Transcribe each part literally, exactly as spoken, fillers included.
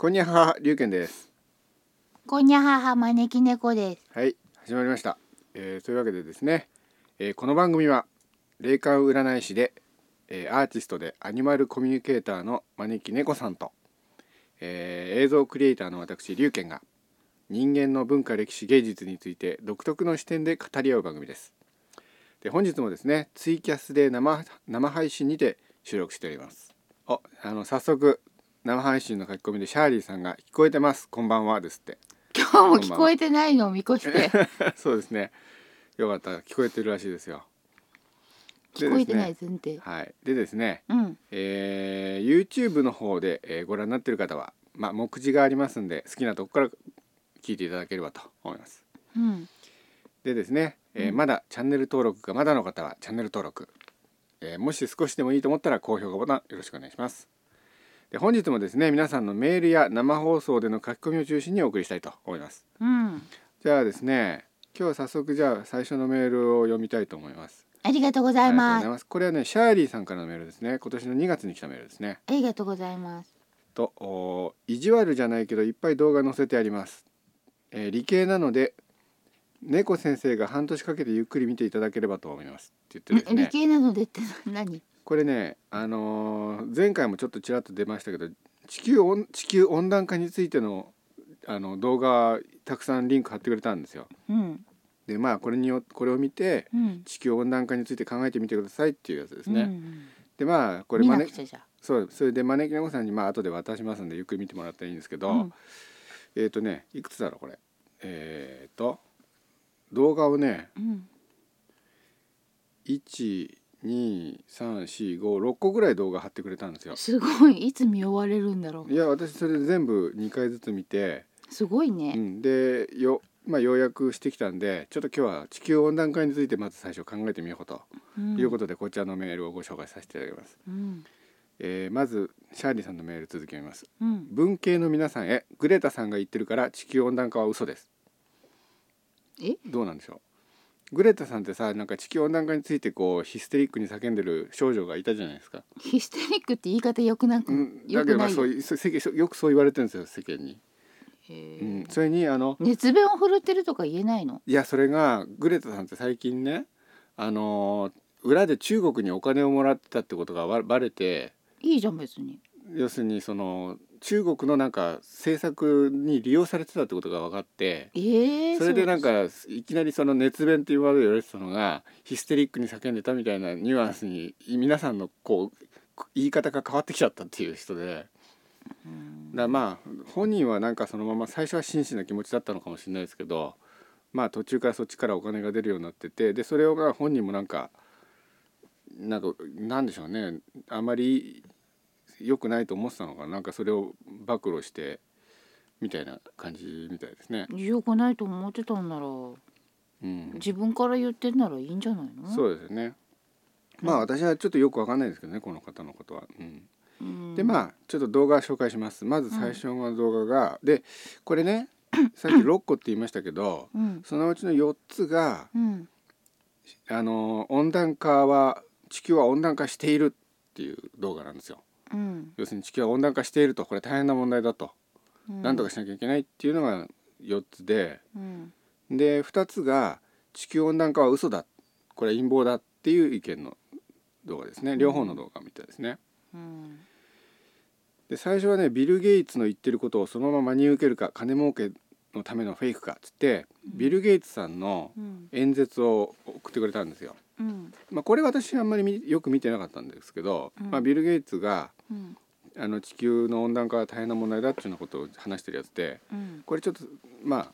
こんにゃはは、りゅうけんです。 こんにゃはは、招き猫です。 はい、始まりました。えー、というわけでですね、えー、この番組は霊感占い師で、えー、アーティストでアニマルコミュニケーターの招き猫さんと、えー、映像クリエイターの私りゅうけんが人間の文化歴史芸術について独特の視点で語り合う番組です。で、本日もですね、ツイキャスで 生, 生配信にて収録しております。おあの早速生配信の書き込みでシャーリーさんが聞こえてます、こんばんはですって。 今日も聞こえてないのを見越してそうですね、よかった、聞こえてるらしいですよ。 聞こえてない前提。 はい。でですね、 うん、 えー、YouTube の方で、えー、ご覧になっている方は、まあ、目次がありますんで好きなとこから聞いていただければと思います。 うん、 でですね、えーうん、 まだチャンネル登録がまだの方はチャンネル登録、えー、もし少しでもいいと思ったら高評価ボタンよろしくお願いします。で、本日もですね、皆さんのメールや生放送での書き込みを中心にお送りしたいと思います。 うん。 じゃあですね、今日は早速じゃあ最初のメールを読みたいと思います。 ありがとうございありがとうごます。 ざいます。これはね、シャーリーさんからのメールですね。今年のにがつに来たメールですね。 ありがとうございます。 と、お意地悪じゃないけどいっぱい動画載せてあります。えー理系なので猫先生が半年かけてゆっくり見ていただければと思いますって言ってですん理ね。 系なのでって何？ これね、あのー前回もちょっとちらっと出ましたけど、地球温地球温暖化についてのあの動画たくさんリンク貼ってくれたんですよ。 うん、 で、まあこれによこれを見てうん、 地球温暖化について考えてみてくださいっていうやつですうね。 ん。 で、まあこれ見まねなくちゃじゃ。 そうそれで招き猫さんにまあ後で渡しますんでゆっくり見てもらったらいいんですけど、 うん、 えっ、ー、とね、いくつだろうこれ。えっ、ー、と動画をね、 うん。 いち、に、さん、よん、ご、ろっこぐらい動画貼ってくれたんですよ。 すごい。いつ見終われるんだろいや、私それで全部にかいずつ見て、 う。すごいうね。 ん、でよ、まあ、要約してきたんで、ちょっと今日は地球温暖化についてまず最初考えてみようとうんいうことで、こちらのメールをご紹介させていただきます。 うん、 えーまずシャーリーさんのメール続きます。 うん。 文系の皆さんへ、グレタさんが言ってるから地球温暖化は嘘です。 え？ どうなんでしょう。グレタさんってさ、なんか地球温暖化についてこうヒステリックに叫んでる少女がいたじゃないですか。 ヒステリックって言い方よくなく、 うん、 よくないよ。 だけどまあそういう世間よくそう言われてるんですよ、世間に。 へうん、 ー。 それにあの熱弁を振るってるとか言えないの？ いや、それがグレタさんって最近ね、あの裏で中国にお金をもらってたってことがばバレて、 いいじゃん別に。 要するにその中国のなんか政策に利用されてたってことが分かって、 えー、 それでなんそうかいきなりその熱弁って言われてたのがヒステリックに叫んでたみたいなニュアンスに皆さんのこう言い方が変わってきちゃったっていう人で、 うんだまあ本人はなんかそのまま最初は真摯な気持ちだったのかもしれないですけど、まあ途中からそっちからお金が出るようになってて、でそれをが本人もなんかなんかなんでしょうね、あまり良くないと思ってたのかな、なんかそれを暴露してみたいな感じみたいですね。 よくないと思ってたんならうん、 自分から言ってんならいいんじゃないの？ そうですよね。まあ私はちょっとよくわかんないですけどね、この方のことは。うん、 うんでまあちょっと動画紹介します。まず最初の動画が、うん、でこれねさっきろっこって言いましたけど、 うん、 そのうちのよっつが、 うん、 あの温暖化は地球は温暖化しているっていう動画なんですよ。 うん、 要するに地球は温暖化していると、これ大変な問題だと、 うん、 なんとかしなきゃいけないっていうのがよっつで、 うん、 でふたつが地球温暖化は嘘だ、これは陰謀だっていう意見の動画ですね。両方の動画を見てですね。 うん、 で最初はね、ビル・ゲイツの言ってることをそのまま真に受けるか、金儲けのためのフェイクかっつって、うん、ビル・ゲイツさんの演説を送ってくれたんですよ。うん、まあ、これ私あんまりよく見てなかったんですけど、うん、まあ、ビル・ゲイツが、うん、あの地球の温暖化は大変な問題だっていうようなことを話してるやつで、うん、これちょっとま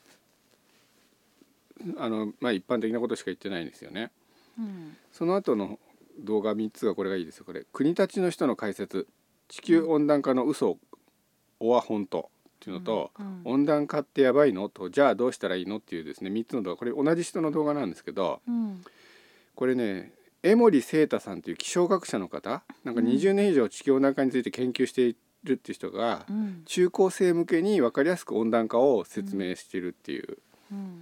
ああの、まあ、一般的なことしか言ってないんですよね。うん、その後の動画みっつがこれがいいですよ。これ国立の人の解説、地球温暖化の嘘おは本当っていうのと、うんうん、温暖化ってやばいのと、じゃあどうしたらいいのっていうですね、みっつの動画、これ同じ人の動画なんですけど、うん、これね、江守正太さんという気象学者の方、なんかにじゅうねん以上地球温暖化について研究しているっていう人が、うん、中高生向けに分かりやすく温暖化を説明しているっていう、うん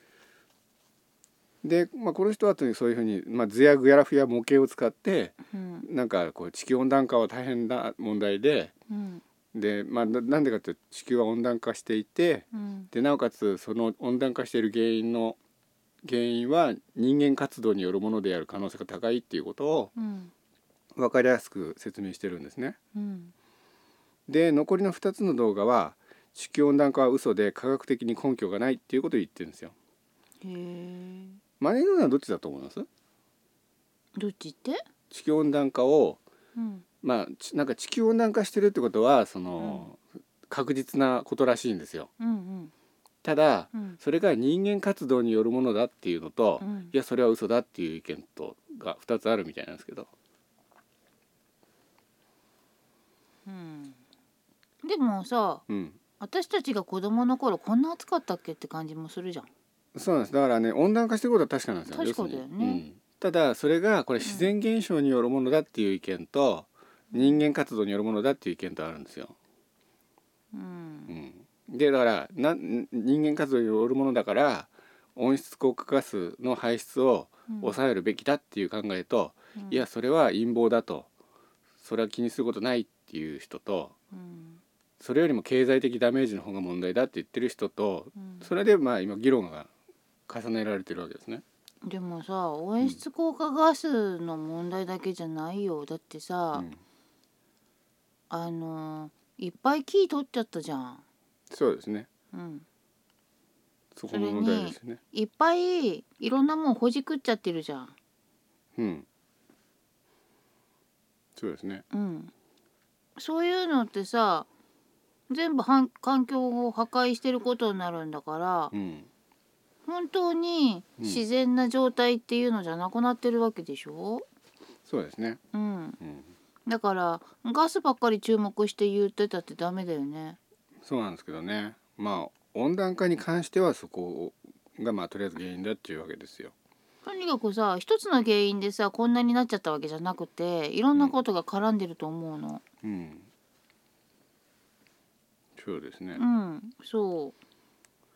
うん、で、まあ、この人はそういうふうに、まあ、図やグラフや模型を使って、うん、なんかこう地球温暖化は大変な問題で、うん、 で、まあ、ななんでかというと地球は温暖化していて、 うん、 でなおかつその温暖化している原因の原因は人間活動によるものである可能性が高いっていうことをうん分かりやすく説明してるんですね。 うんで残りのふたつの動画は地球温暖化は嘘で科学的に根拠がないっていうことを言ってるんですよ。 へえ。 マネージャーはどっちだと思います？ どっちって？ 地球温暖化をうんまあちなんか地球温暖化してるってことはその、うん、確実なことらしいんですよ。 うんうんただ、 うん、 それが人間活動によるものだっていうのと、 うん、 いやそれは嘘だっていう意見とがふたつあるみたいなんですけど、 うん、でもさ、 うん、 私たちが子供の頃こんな暑かったっけって感じもするじゃん。 そうなんです。だからね温暖化してることは確かなんですよ。 確かだよね。 要するに、うん、ただそれがこれ自然現象によるものだっていう意見と、うん、人間活動によるものだっていう意見とあるんですよ。 うんうん、でだからな人間活動によるものだから温室効果ガスの排出を抑えるべきだっていう考えと、うん、いやそれは陰謀だと、それは気にすることないっていう人と、うん、それよりも経済的ダメージの方が問題だって言ってる人と、うん、それでまあ今議論が重ねられてるわけですね。 でもさ温室効果ガスの問題だけじゃないよ。だってさ、うん、あのいっぱい木取っちゃったじゃん。 そうですね。 うん。 そこの問題ですね。 いっぱいいろんなもんほじくっちゃってるじゃん。 うん。そうですね。 うん。そういうのってさ、全部環境を破壊してることになるんだから、うん、本当に自然な状態っていうのじゃなくなってるわけでしょ。 そうですね。 うん。うん、だからガスばっかり注目して言ってたってダメだよね。 そうなんですけどね。まあ温暖化に関してはそこがまあとりあえず原因だっていうわけですよ。 とにかくさ一つの原因でさこんなになっちゃったわけじゃなくていろんなことが絡んでると思うの。 うん。うん、そうですね。 うん、そう。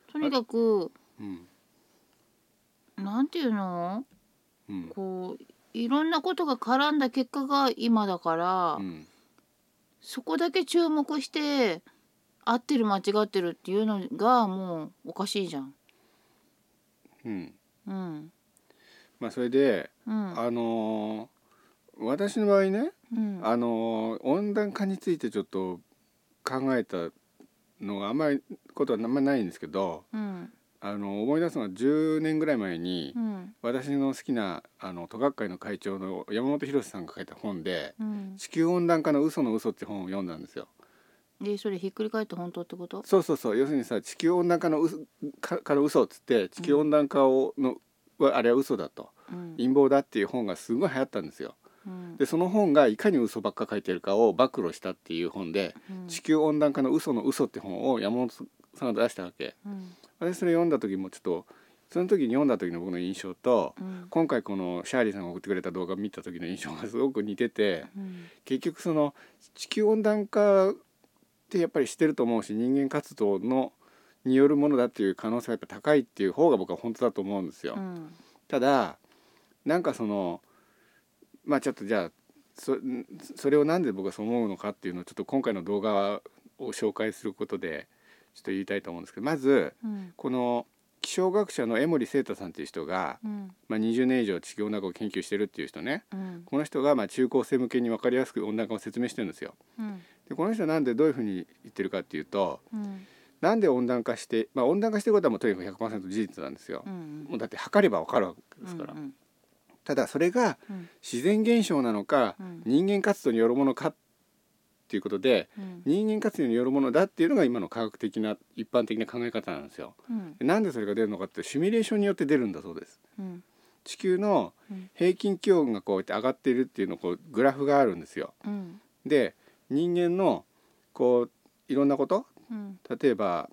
とにかく、うん、なんていうの、うん、こういろんなことが絡んだ結果が今だから、うん、そこだけ注目して合ってる間違ってるっていうのがもうおかしいじゃん。 うん。うん。まあそれで、うん、あのー、私の場合ね、うん、あのー、温暖化についてちょっと考えたのがあんまりことはあんまりないんですけど、うん、あの思い出すのはじゅうねんぐらい前に、うん、私の好きなあの都学会の会長の山本博さんが書いた本で、うん、地球温暖化の嘘の嘘って本を読んだんですよ。 でそれひっくり返って本当ってこと？ そうそうそう。要するにさ地球温暖化の嘘かから嘘っつって地球温暖化をの、うん、あれは嘘だと、うん、陰謀だっていう本がすごい流行ったんですよ。うん、でその本がいかに嘘ばっか書いてるかを暴露したっていう本で、うん、地球温暖化の嘘の嘘って本を山本さんが出したわけ。うん、私それ読んだ時もちょっとその時に読んだ時の僕の印象と、うん、今回このシャーリーさんが送ってくれた動画を見た時の印象がすごく似てて、うん、結局その地球温暖化ってやっぱりしてると思うし人間活動のによるものだっていう可能性がやっぱ高いっていう方が僕は本当だと思うんですよ。うん、ただなんかそのまあちょっとじゃあ そ, それをなんで僕はそう思うのかっていうのをちょっと今回の動画を紹介することでちょっと言いたいと思うんですけど、まず、うん、この気象学者の江守正太さんっていう人が、うんまあ、にじゅうねん以上地球温暖化を研究してるっていう人ね、うん、この人がまあ中高生向けに分かりやすく温暖化を説明してるんですよ。うん、でこの人はなんでどういうふうに言ってるかっていうと、うん、なんで温暖化して、まあ、温暖化してることはもうとにかく ひゃくパーセント 事実なんですよ。うんうん、もうだって測れば分かるわけですから。うんうんただそれが自然現象なのか、うん、人間活動によるものかっていうことで、うん、人間活動によるものだっていうのが今の科学的な一般的な考え方なんですよ。うん、なんでそれが出るのかってシミュレーションによって出るんだそうです。うん、地球の平均気温がこうやって上がっているっていうのをこうグラフがあるんですよ。うん、で人間のこういろんなこと、うん、例えば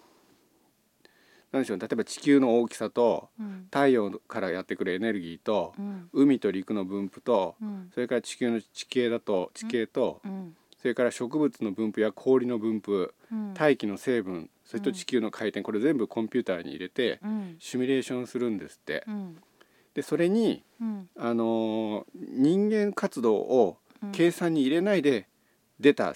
何でしょう、例えば地球の大きさと、うん、太陽からやってくるエネルギーと、うん、海と陸の分布と、うん、それから地球の地形だと地形と、うん、それから植物の分布や氷の分布、うん、大気の成分、それと地球の回転、これ全部コンピューターに入れて、うん、シミュレーションするんですって。うん、でそれに、うん、あのー、人間活動を計算に入れないで出た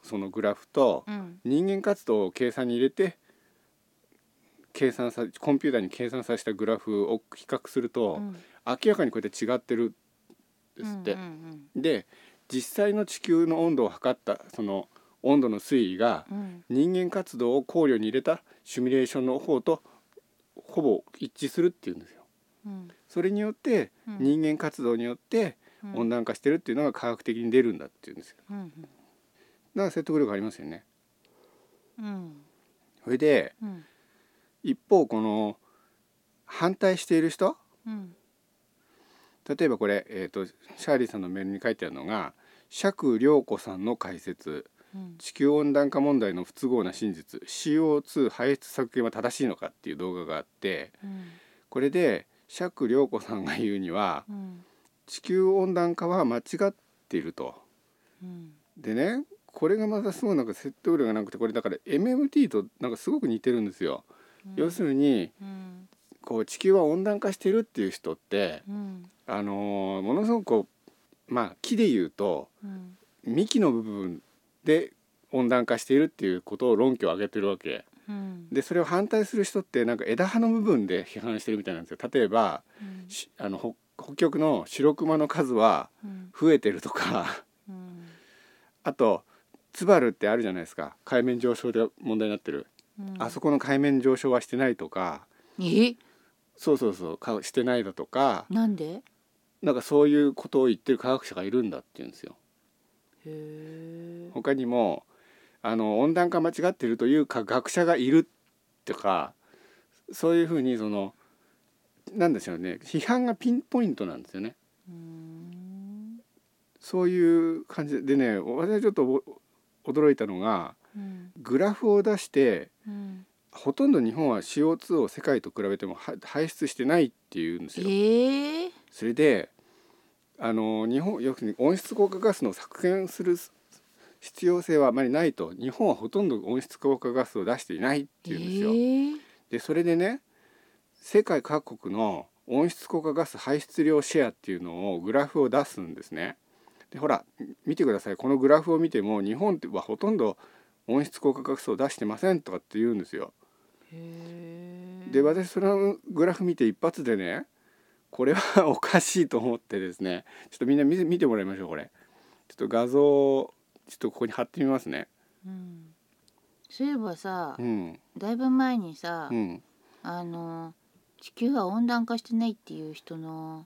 そのグラフと人間活動を計算に入れて計算さコンピューターに計算させたグラフを比較すると、うん、明らかにこうやって違ってるんですって、うんうんうん、で実際の地球の温度を測ったその温度の推移が人間活動を考慮に入れたシミュレーションの方とほぼ一致するっていうんですよ、うん、それによって人間活動によって温暖化してるっていうのが科学的に出るんだっていうんですよ、うんうん、だから説得力ありますよね、うん、それで、うん、一方この反対している人、うん、例えばこれ、えーと、シャーリーさんのメールに書いてあるのが釈良子さんの解説、うん、地球温暖化問題の不都合な真実 シーオーツー 排出削減は正しいのかっていう動画があって、うん、これで釈良子さんが言うには、うん、地球温暖化は間違っていると、うん、でねこれがまたすごいなんか説得力がなくてこれだから エムエムティー となんかすごく似てるんですよ、うん、要するに、うん、こう地球は温暖化してるっていう人って、うん、あのー、ものすごくこうまあ木で言うと、うん、幹の部分で温暖化しているっていうことを論拠を挙げてるわけ、うん、でそれを反対する人ってなんか枝葉の部分で批判してるみたいなんですよ。例えば、うん、あの北極の白クマの数は増えてるとか、うん、あとツバルってあるじゃないですか、海面上昇で問題になってる、うん、あそこの海面上昇はしてないとか、 えそうそうそうかしてないだとか、 なんでなんかそういうことを言ってる科学者がいるんだって言うんですよ。へ他にもあの温暖化間違ってるというか学者がいるとか、そういうふうにそのなんでしょうね、批判がピンポイントなんですよね。うーんそういう感じでね、私はちょっと驚いたのが、うん、グラフを出して、うん、ほとんど日本は シーオーツー を世界と比べても排出してないっていうんですよ。えー、それであの日本要するに温室効果ガスの削減する必要性はあまりないと、日本はほとんど温室効果ガスを出していないっていうんですよ、えー、でそれでね世界各国の温室効果ガス排出量シェアっていうのをグラフを出すんですね。でほら見てください、このグラフを見ても日本はほとんど温室効果ガスを出してませんとかって言うんですよ。へーで私そのグラフ見て一発でねこれはおかしいと思ってですね、ちょっとみんな 見, 見てもらいましょう。これちょっと画像をちょっとここに貼ってみますね、 うん、そういえばさ、うん、だいぶ前にさ、うん、あの地球は温暖化してないっていう人の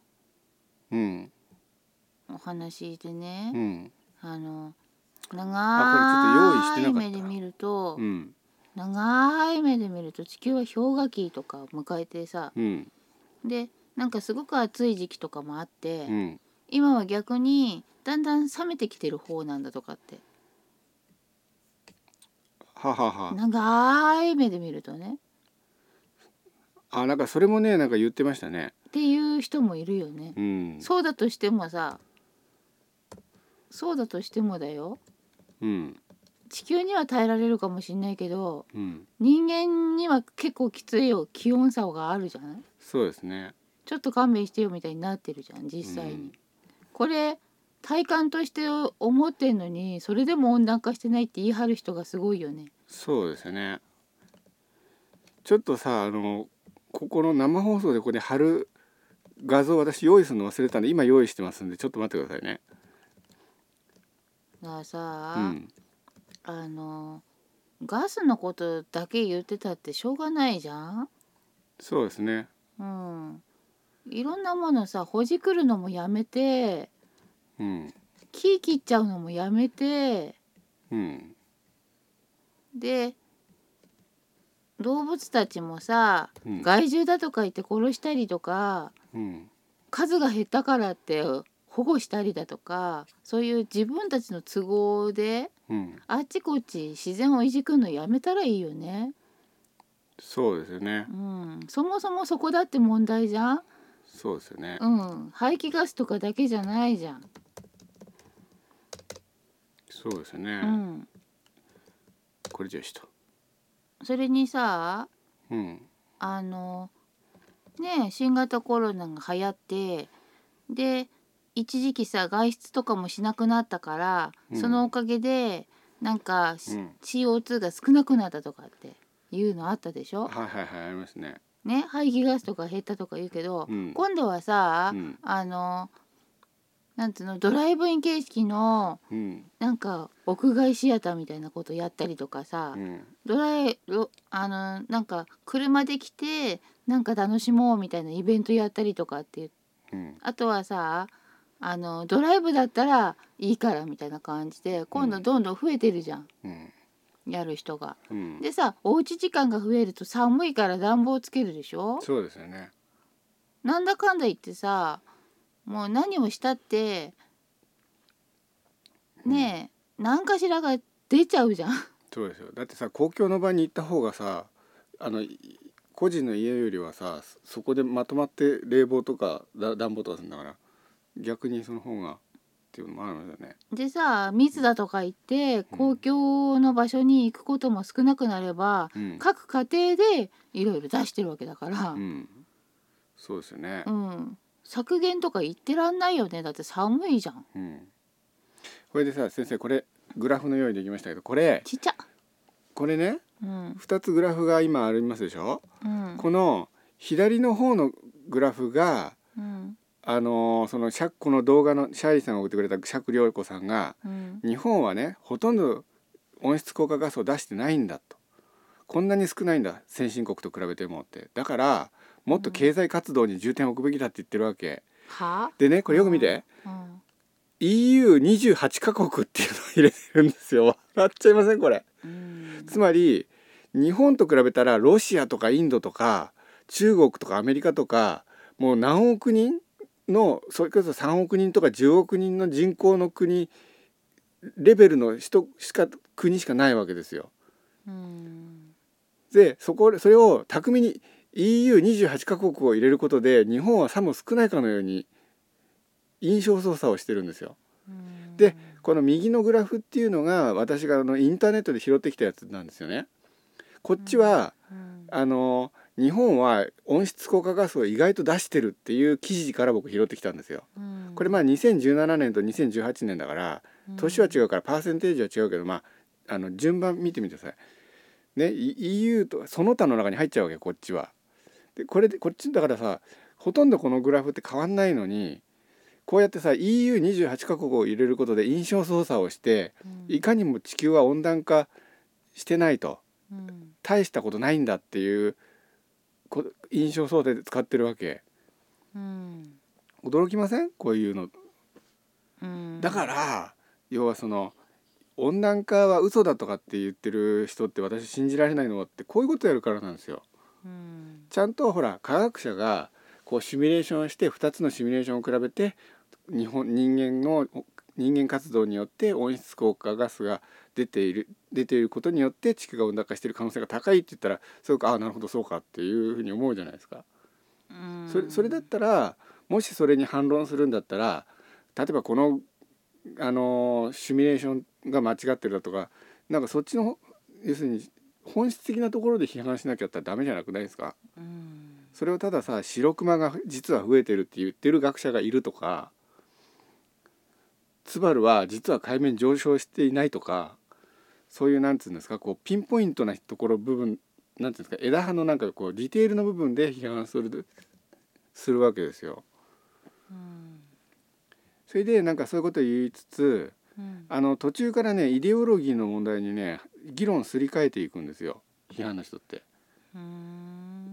お話でね、うん、あの長い目で見ると、うん、長い目で見ると地球は氷河期とか迎えてさ、うん、でなんかすごく暑い時期とかもあって、うん、今は逆にだんだん冷めてきてる方なんだとかって、 ははは長い目で見るとね、 あなんかそれもねなんか言ってましたねっていう人もいるよね、うん、そうだとしてもさそうだとしてもだよ、うん、地球には耐えられるかもしれないけど、うん、人間には結構きついよ気温差があるじゃない。 そうですね、 ちょっと勘弁してよみたいになってるじゃん実際に、うん、これ体感として思ってんのにそれでも温暖化してないって言い張る人がすごいよね。 そうですね。ちょっとさあのここの生放送でここに貼る画像私用意するの忘れたんで今用意してますんでちょっと待ってくださいね。 だからさ、うん、あのガスのことだけ言ってたってしょうがないじゃん。 そうですね。 うん。いろんなものさほじくるのもやめて、うん、木切っちゃうのもやめて、うん、で動物たちもさ、うん、害獣だとか言って殺したりとか、うん、数が減ったからって保護したりだとかそういう自分たちの都合で、うん、あっちこっち自然をいじくのやめたらいいよね。 そうですよね、 うん、そもそもそこだって問題じゃん。 そうですよね、 うん、排気ガスとかだけじゃないじゃん。 そうですよね、うん、これじゃしとそれにさ、うん、あのね新型コロナが流行ってで一時期さ外出とかもしなくなったから、うん、そのおかげでなんか、 うん、 シーオーツー が少なくなったとかっていうのあったでしょ。 はいはいはいありますね。 ね、排気ガスとか減ったとか言うけど、 うん、 今度はさ、 うん、 あのなんつうのドライブイン形式のうん、 なんか屋外シアターみたいなことやったりとかさ、 うん、 ドライロあのなんか車で来てなんか楽しもうみたいなイベントやったりとかっていう、 うん、 あとはさあのドライブだったらいいからみたいな感じで今度どんどん増えてるじゃん、 うん、 やる人が。 うん、 でさおうち時間が増えると寒いから暖房つけるでしょ。 そうですよね。 なんだかんだ言ってさもう何をしたってねえ、何かしらが出ちゃうじゃん。 そうですよ。だってさ公共の場に行った方がさあの個人の家よりはさそこでまとまって冷房とかだ暖房とかするんだから逆にその方がっていうのもあるんだよね。 でさ密だとか言って公共の場所に行くことも少なくなれば、 うん、 各家庭でいろいろ出してるわけだから、 うん、そうですよね。 うん、削減とか言ってらんないよね。だって寒いじゃん。 うん、これでさ先生これグラフの用意できましたけどこれちっちゃ。 これね、 うん、 ふたつグラフが今ありますでしょ、 うん、 この左の方のグラフが、 うん、 あのーそのシャこの動画のシャーリーさんが送ってくれた釈良子さんが、 うん、 日本はねほとんど温室効果ガスを出してないんだと、こんなに少ないんだ先進国と比べてもって、だからもっと経済活動に重点を置くべきだって言ってるわけ、 はでねこれよく見て、 うん、 イーユーにじゅうはち カ国っていうのを入れてるんですよ。笑っちゃいませんこれ、 うん、 つまり日本と比べたらロシアとかインドとか中国とかアメリカとかもう何億人のそれこそさんおく人とかじゅうおく人の人口の国レベルの人しか国しかないわけですよ。 うん、 でそこそれを巧みに イーユーにじゅうはち カ国を入れることで日本はさも少ないかのように印象操作をしてるんですよ。 うん、 でこの右のグラフっていうのが私があのインターネットで拾ってきたやつなんですよね。こっちは、 うん、 あの日本は温室効果ガスを意外と出してるっていう記事から僕拾ってきたんですよ。 うん、 これまあにせんじゅうななねんとにせんじゅうはちねんだから年は違うからパーセンテージは違うけど、まああの順番見てみてください。ね イーユー とその他の中に入っちゃうわけこっちは。でこれでこっちだからさほとんどこのグラフって変わんないのにこうやってさ イーユーにじゅうはち カ国を入れることで印象操作をしていかにも地球は温暖化してないと、うん、大したことないんだっていう印象操作で使ってるわけ、うん、驚きませんこういうの、うん、だから要はその温暖化は嘘だとかって言ってる人って私信じられないのはってこういうことやるからなんですよ、うん、ちゃんとほら科学者がこうシミュレーションをしてふたつのシミュレーションを比べて日本人間の人間活動によって温室効果ガスが出ている出ていることによって地球が温暖化している可能性が高いって言ったらすごくああなるほどそうかっていうふうに思うじゃないですか。うん、それ、それだったらもしそれに反論するんだったら例えばこの、あのー、シミュレーションが間違ってるだとかなんかそっちの要するに本質的なところで批判しなきゃったらダメじゃなくないですか。うん、それをたださ白クマが実は増えてるって言ってる学者がいるとかツバルは実は海面上昇していないとかそういうなんていうんですかこうピンポイントなところ部分なんていうんですか枝葉のなんかこうディテールの部分で批判するするわけですよ。うん、それでなんかそういうことを言いつつ、うん、あの途中からねイデオロギーの問題にね議論すり替えていくんですよ批判の人って。うん、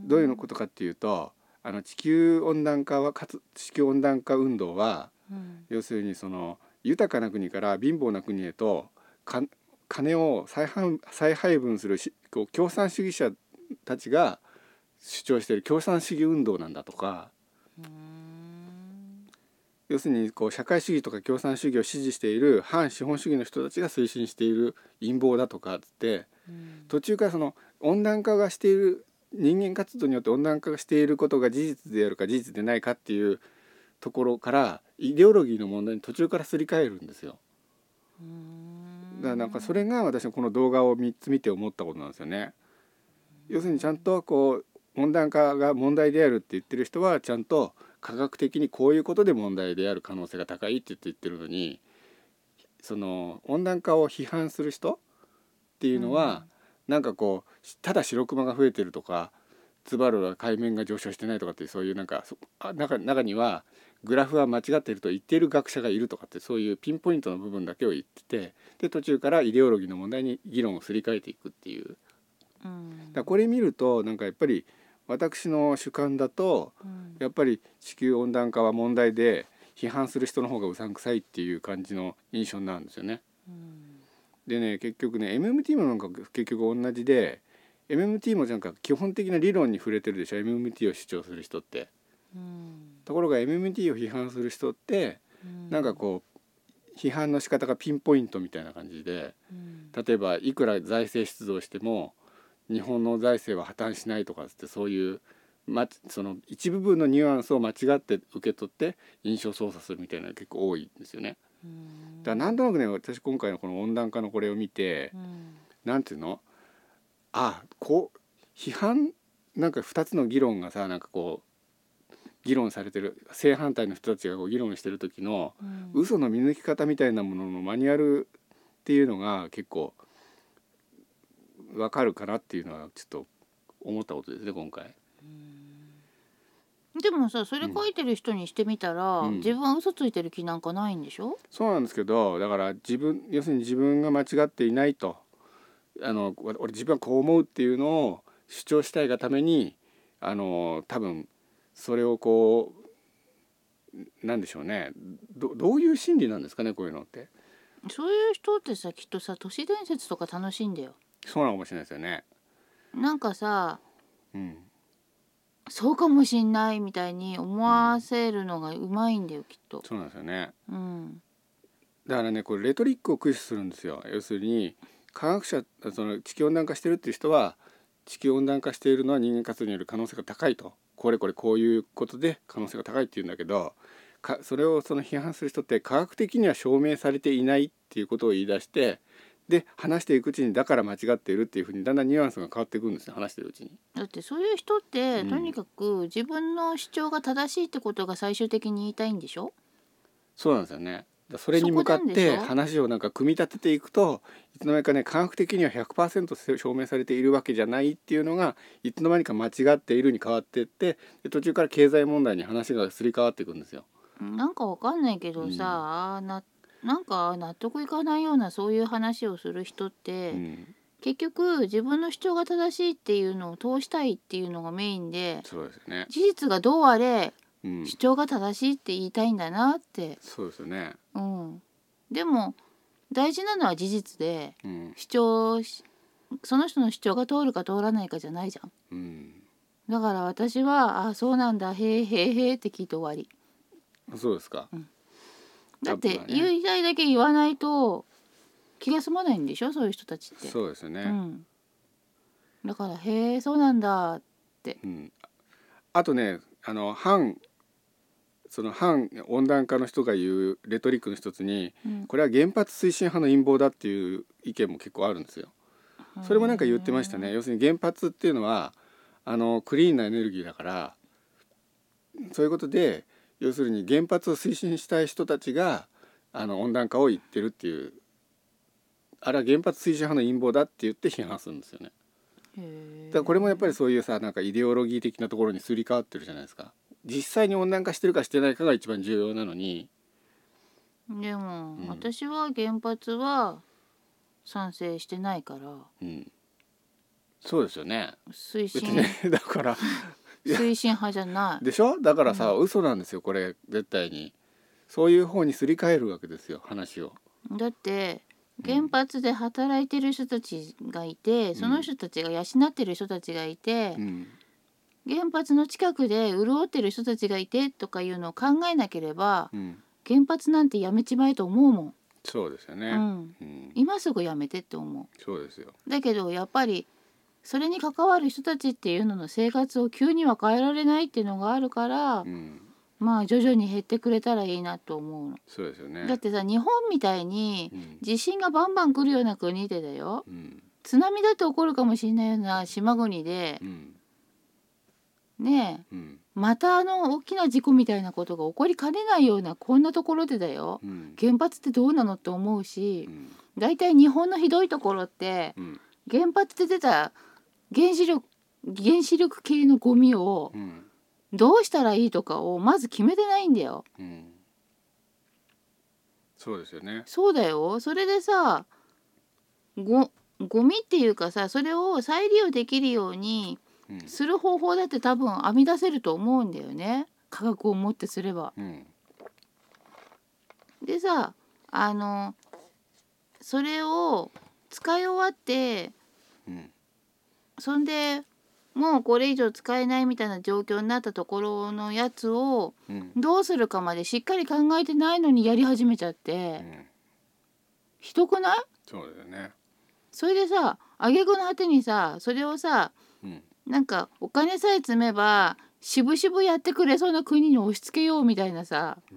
どういうことかっていうとあの地球温暖化はかつ地球温暖化運動は、うん、要するにその豊かな国から貧乏な国へとか金を再配再配分するしこう共産主義者たちが主張している共産主義運動なんだとか、うーん要するにこう社会主義とか共産主義を支持している反資本主義の人たちが推進している陰謀だとかっつって、うん、途中からその温暖化がしている人間活動によって温暖化がしていることが事実であるか事実でないかっていうところからイデオロギーの問題に途中からすり替えるんですよ。うーんだからなんかそれが私はこの動画をみっつ見て思ったことなんですよね。要するにちゃんとこう温暖化が問題であるって言ってる人はちゃんと科学的にこういうことで問題である可能性が高いって言って言ってるのにその温暖化を批判する人っていうのは、うん、なんかこうただ白クマが増えてるとかツバルは海面が上昇してないとかっていうそういうなんかあ 中, 中にはグラフは間違っていると言っている学者がいるとかってそういうピンポイントの部分だけを言っててで途中からイデオロギーの問題に議論をすり替えていくっていう、うん、だこれ見るとなんかやっぱり私の主観だと、うん、やっぱり地球温暖化は問題で批判する人の方がうさんくさいっていう感じの印象になるんですよね。うん、でね結局ね エムエムティー もなんか結局同じで エムエムティー もなんか基本的な理論に触れてるでしょ エムエムティー を主張する人って。うん、ところが エムエムティー を批判する人って、うん、なんかこう批判の仕方がピンポイントみたいな感じで、うん、例えばいくら財政出動しても日本の財政は破綻しないとかってそういう、ま、その一部分のニュアンスを間違って受け取って印象操作するみたいなのが結構多いんですよね。うん、だからなんとなくね私今回のこの温暖化のこれを見て、うん、なんていうのあこう批判なんかふたつの議論がさなんかこう議論されてる正反対の人たちがこう議論してる時の、うん、嘘の見抜き方みたいなもののマニュアルっていうのが結構わかるかなっていうのはちょっと思ったことですね今回。 うんでもさそれ書いてる人にしてみたら、うん、自分は嘘ついてる気なんかないんでしょ。 そうなんですけどだから自分要するに自分が間違っていないとあの俺自分はこう思うっていうのを主張したいがためにあの多分それをこうなんでしょうね ど, どういう心理なんですかねこういうのって。 そういう人ってさきっとさ都市伝説とか楽しいんだよ。 そうなのかもしれないですよね。 なんかさ、うん、そうかもしんないみたいに思わせるのがうまいんだよ、うん、きっと。 そうなんですよね、うん、だからねこれレトリックを駆使するんですよ。要するに科学者その地球温暖化してるっていう人は地球温暖化しているのは人間活動による可能性が高いとこれこれこういうことで可能性が高いっていうんだけどかそれをその批判する人って科学的には証明されていないっていうことを言い出してで話していくうちにだから間違っているっていうふうにだんだんニュアンスが変わっていくんですね話してるうちに。 だってそういう人って、うん、とにかく自分の主張が正しいってことが最終的に言いたいんでしょ。 そうなんですよね。それに向かって話をなんか組み立てていくといつの間にかね科学的には ひゃくパーセント 証明されているわけじゃないっていうのがいつの間にか間違っているに変わっていってで途中から経済問題に話がすり替わっていくんですよ。 なんかわかんないけどさ、うん、な, なんか納得いかないようなそういう話をする人って、うん、結局自分の主張が正しいっていうのを通したいっていうのがメインで、 そうですね、 事実がどうあれうん、主張が正しいって言いたいんだなって。 そうですよね、 うん、でも大事なのは事実で、うん、主張その人の主張が通るか通らないかじゃないじゃん、うん、だから私はあそうなんだへーへーへーって聞いて終わり。 そうですか、うん、 だって言いたいだけ言わないと気が済まないんでしょそういう人たちって。 そうですよね、うん、 だからへーそうなんだって、うん、 あとねあの反その反温暖化の人が言うレトリックの一つに、うん、これは原発推進派の陰謀だっていう意見も結構あるんですよ。それもなんか言ってましたね。要するに原発っていうのはあのクリーンなエネルギーだからそういうことで要するに原発を推進したい人たちがあの温暖化を言ってるっていうあれは原発推進派の陰謀だって言って批判するんですよね。だからこれもやっぱりそういうさなんかイデオロギー的なところにすり替わってるじゃないですか。実際に温暖化してるかしてないかが一番重要なのに。 でも、うん、私は原発は賛成してないから、うん、 そうですよね推進、 ね、だから推進派じゃないでしょ。だからさ、うん、嘘なんですよこれ絶対に。そういう方にすり替えるわけですよ話を。 だって原発で働いてる人たちがいて、うん、その人たちが養ってる人たちがいて、うん、原発の近くで潤ってる人たちがいてとかいうのを考えなければ、うん、原発なんてやめちまえと思うもん。 そうですよね、 うんうん、今すぐやめてって思う。 そうですよ。 だけどやっぱりそれに関わる人たちっていうのの生活を急には変えられないっていうのがあるから、うん、まあ徐々に減ってくれたらいいなと思うの。 そうですよね。 だってさ日本みたいに地震がバンバン来るような国でだよ、うん、津波だって起こるかもしれないような島国で、うんねえ、 うん、 またあの大きな事故みたいなことが起こりかねないようなこんなところでだよ、 うん、 原発ってどうなのって思うし、 うん、 だいたい日本のひどいところって、 うん、 原発で出た原子力原子力系のゴミをうん、 どうしたらいいとかをまず決めてないんだよ。 うん、そうですよね。 そうだよ。それでさ、ごゴミっていうかさ、それを再利用できるようにうん、 する方法だって多分編み出せると思うんだよね、科学をもってすれば。 うん、 でさ、あのそれを使い終わってうん、 そんでもうこれ以上使えないみたいな状況になったところのやつをうん、 どうするかまでしっかり考えてないのにやり始めちゃって、 うん、 ひどくない？ そうだよね。 それでさ、挙句の果てにさ、それをさ、 うん、 なんかお金さえ積めば渋々やってくれそうな国に押し付けようみたいなさ、 うん、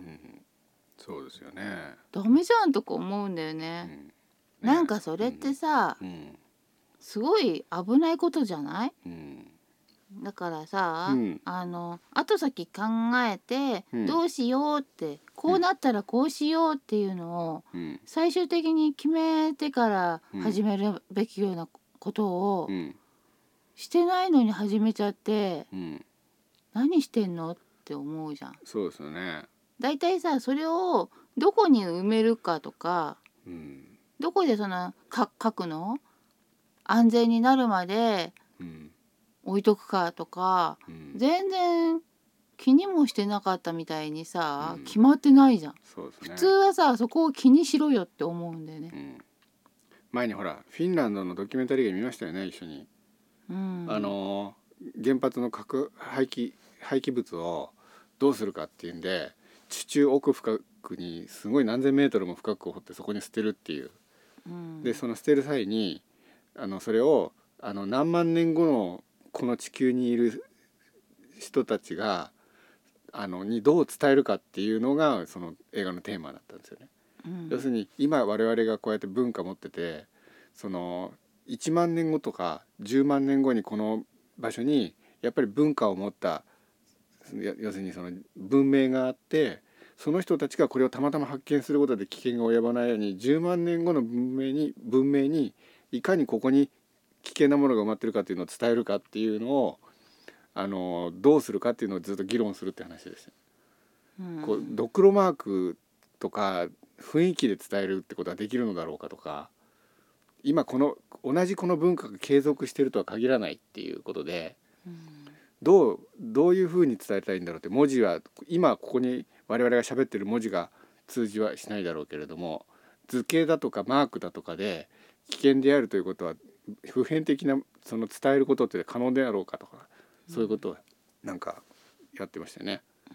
そうですよね。 ダメじゃんとか思うんだよね。 うん、ね、 なんかそれってさ、 うん、 すごい危ないことじゃない？ うん、 だからさ、 うん、 あの後先考えてうん、 どうしようって、こうなったらこうしようっていうのをうん、 最終的に決めてからうん、 始めるべきようなことをうん、 してないのに始めちゃって、 うん、 何してんのって思うじゃん。 そうですよね。 だいたいさ、それをどこに埋めるかとか、 うん、 どこでそのか核の安全になるまでうん、 置いとくかとか、 うん、 全然気にもしてなかったみたいにさ、 うん、 決まってないじゃん。 そうですね。 普通はさ、そこを気にしろよって思うんだよね。 うん、前にほらフィンランドのドキュメンタリー映画見ましたよね、一緒に。 うん、 あの原発の核廃棄廃棄物をどうするかっていうんで、地中奥深くにすごい何千メートルも深く掘ってそこに捨てるっていう。 うん、 でその捨てる際にあのそれをあの何万年後のこの地球にいる人たちがあのにどう伝えるかっていうのがその映画のテーマだったんですよね。 うん、 要するに今我々がこうやって文化持ってて、そのいちまんねんごとかじゅうまんねんごにこの場所にやっぱり文化を持った要するにその文明があって、その人たちがこれをたまたま発見することで危険が及ばないようにじゅうまんねんごの文明に文明にいかにここに危険なものが埋まってるかっていうのを伝えるかっていうのをあのどうするかっていうのをずっと議論するって話です。 うん、 こうドクロマークとか雰囲気で伝えるってことはできるのだろうかとか、今この同じこの文化が継続してるとは限らないっていうことで、 うん、 どうどういうふうに伝えたらいいんだろうって。文字は今ここに我々が喋ってる文字が通じはしないだろうけれども、図形だとかマークだとかで危険であるということは普遍的なその伝えることって可能であろうかとか、そういうことをなんかやってましたよね。 うん、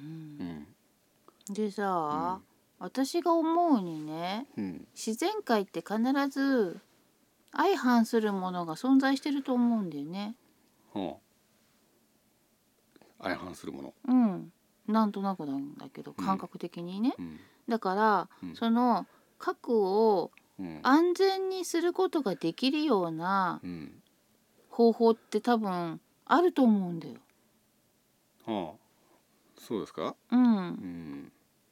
うん、 でさ、 うん、 私が思うにね、 うん、 自然界って必ず相反するものが存在してると思うんだよね。 はあ、相反するもの。 うん、なんとなくなんだけどうん感覚的にね。 うん、 だから、 うん、 その核をうん、 安全にすることができるようなうん、 方法って多分あると思うんだよ。 はあ、そうですか。 うん、 うん、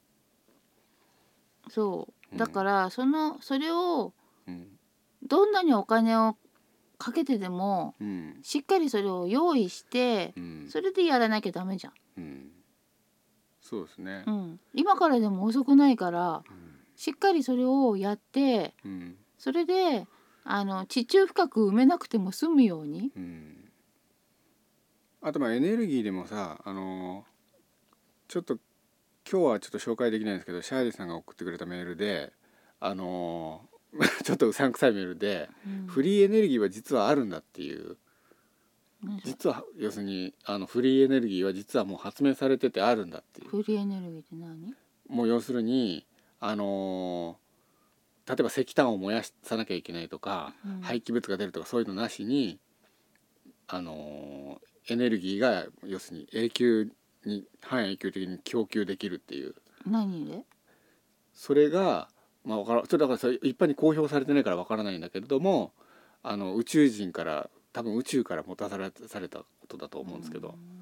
そううん、 だからそのそれをうん、 どんなにお金をかけてでもうん、 しっかりそれを用意してうん、 それでやらなきゃダメじゃん。 うん、そうですね。 うん、今からでも遅くないからうん、 しっかりそれをやってうん、 それであの地中深く埋めなくても済むように。 うん、あとまあエネルギーでもさ、あのちょっと今日はちょっと紹介できないんですけど、シャーリーさんが送ってくれたメールで、あのちょっとうさんくさいメールで、 うん、 フリーエネルギーは実はあるんだっていう、 何それ実は要するにあのフリーエネルギーは実はもう発明されててあるんだっていう。 フリーエネルギーって何？ もう要するにあの例えば石炭を燃やさなきゃいけないとか、 うん、 廃棄物が出るとかそういうのなしに、あのエネルギーが要するに永久に半永久的に供給できるっていう。 何で？ それがまあわからそれだからそれ一般に公表されてないからわからないんだけれども、あの宇宙人から多分宇宙からもたされされたことだと思うんですけど、そ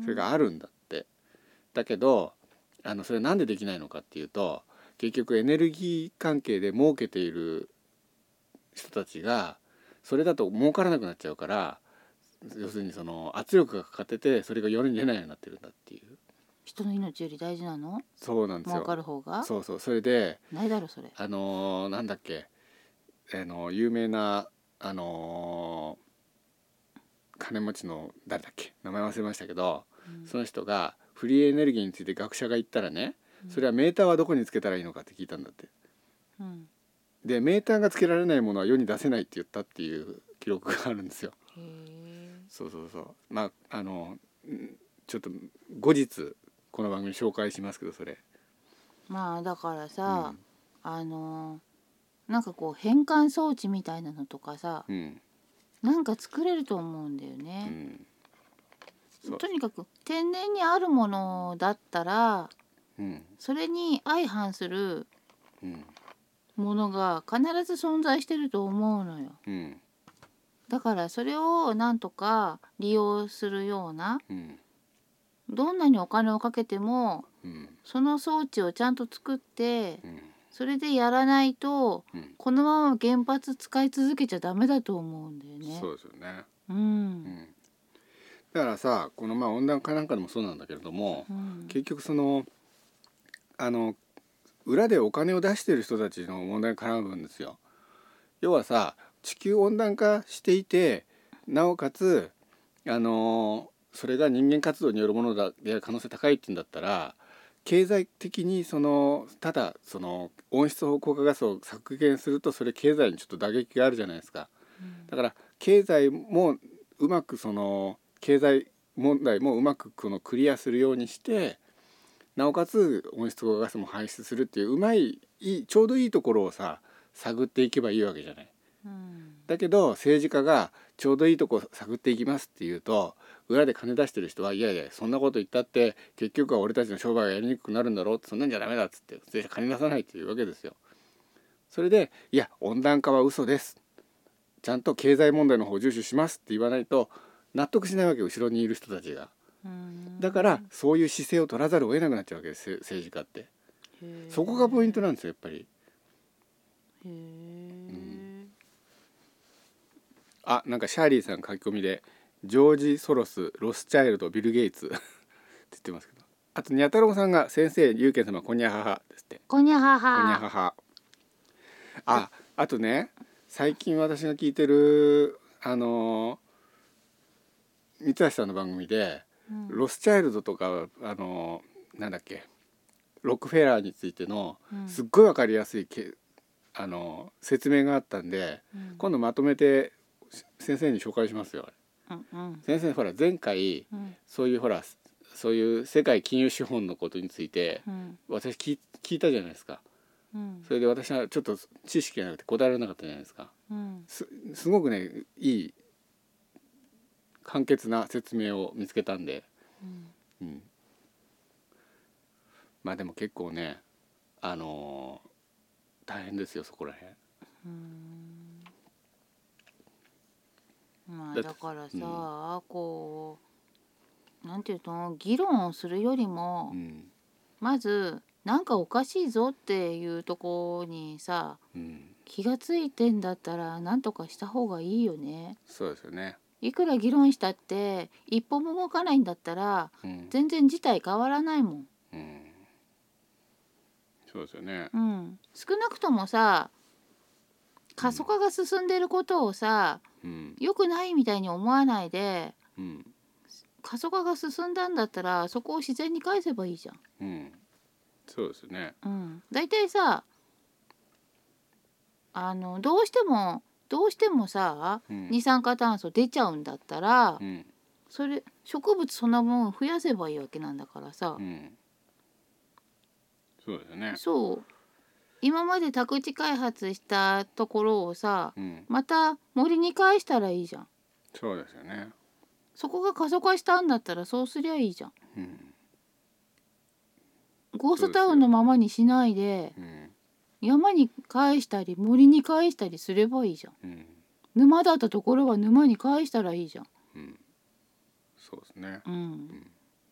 それがあるんだって。だけどあのそれなんでできないのかっていうと、結局エネルギー関係で儲けている人たちがそれだと儲からなくなっちゃうから、要するにその圧力がかかっててそれが世に出ないようになってるんだっていう。 人の命より大事なの？ そうなんですよ。 儲かる方が？ そうそう。それでないだろそれ。 あのー、なんだっけ、あの有名なあのー、金持ちの誰だっけ、名前忘れましたけど、うん、その人がフリーエネルギーについて学者が言ったらね、それはメーターはどこにつけたらいいのかって聞いたんだって。うん、でメーターがつけられないものは世に出せないって言ったっていう記録があるんですよ。へー。そうそうそう。まああのちょっと後日この番組紹介しますけど、それ。 まあだからさ、うん、あのなんかこう変換装置みたいなのとかさ、うん、なんか作れると思うんだよね。うん、とにかく天然にあるものだったら、うん、それに相反するものが必ず存在してると思うのよ。うん、だからそれをなんとか利用するような、うん、どんなにお金をかけても、うん、その装置をちゃんと作って、うん、それでやらないと、うん、このまま原発使い続けちゃダメだと思うんだよね。 そうですよね。うん、うん、だからさ、このまあ温暖化なんかでもそうなんだけれども、うん、結局そのあの裏でお金を出している人たちの問題が絡むんですよ。要はさ、地球温暖化していて、なおかつあのそれが人間活動によるものだで可能性高いっていうんだったら、経済的にそのただその温室効果ガスを削減するとそれ経済にちょっと打撃があるじゃないですか。うん、だから経済もうまくその経済問題もうまくこのクリアするようにして、なおかつ温室効果ガスも排出するっていううまい、いいちょうどいいところをさ探っていけばいいわけじゃない。うん、だけど政治家がちょうどいいとこ探っていきますっていうと、裏で金出してる人はいやいやそんなこと言ったって結局は俺たちの商売がやりにくくなるんだろうって、そんなんじゃダメだっつって政治家金出さないっていうわけですよ。それでいや温暖化は嘘です、ちゃんと経済問題の方を重視しますって言わないと納得しないわけ、後ろにいる人たちが。だからそういう姿勢を取らざるを得なくなっちゃうわけです、政治家って。そこがポイントなんですよやっぱり。へー、うん、あ、なんかシャーリーさん書き込みでジョージ・ソロス、ロスチャイルド、ビル・ゲイツって言ってますけど、あとにゃ太郎さんが先生、ゆうけん様こにゃははですって。 こにゃはは。 こにゃはは。あ、あとね、最近私が聞いてるあの三橋さんの番組で、うん、ロスチャイルドとかあのなんだっけ、ロックフェラーについてのすっごい分かりやすいけあの説明があったんで、うん、今度まとめて先生に紹介しますよ。うんうん、先生ほら前回、うん、そういうほらそういう世界金融資本のことについて、うん、私聞聞いたじゃないですか。うん、それで私はちょっと知識がなくて答えられなかったじゃないですか。うん、す, すごくねいい簡潔な説明を見つけたんで、うんうん、まあでも結構ねあのー、大変ですよそこらへん。うーん、まあだからさ、うん、こうなんていうの、議論をするよりも、うん、まずなんかおかしいぞっていうとこにさ、うん、気がついてんだったらなんとかした方がいいよね。 そうですよね。 いくら議論したって一歩も動かないんだったら、うん、全然事態変わらないもん。うん、 そうですよね。 うん、少なくともさ過疎化が進んでいることをさ、うん、良くないみたいに思わないで、うん、過疎化が進んだんだったらそこを自然に返せばいいじゃん。 うん、そうですね。 うん、だいたいさあのどうしてもどうしてもさ、うん、二酸化炭素出ちゃうんだったら、うん、それ植物その分増やせばいいわけなんだからさ、うん、 そうですね。 そう今まで宅地開発したところをさ、うん、また森に返したらいいじゃん。 そうですよね。 そこが過疎化したんだったらそうすりゃいいじゃん。うん、ゴーストタウンのままにしないで、うん、山に返したり森に返したりすればいいじゃん。うん、沼だったところは沼に返したらいいじゃん。うん、 そうですね。 うん、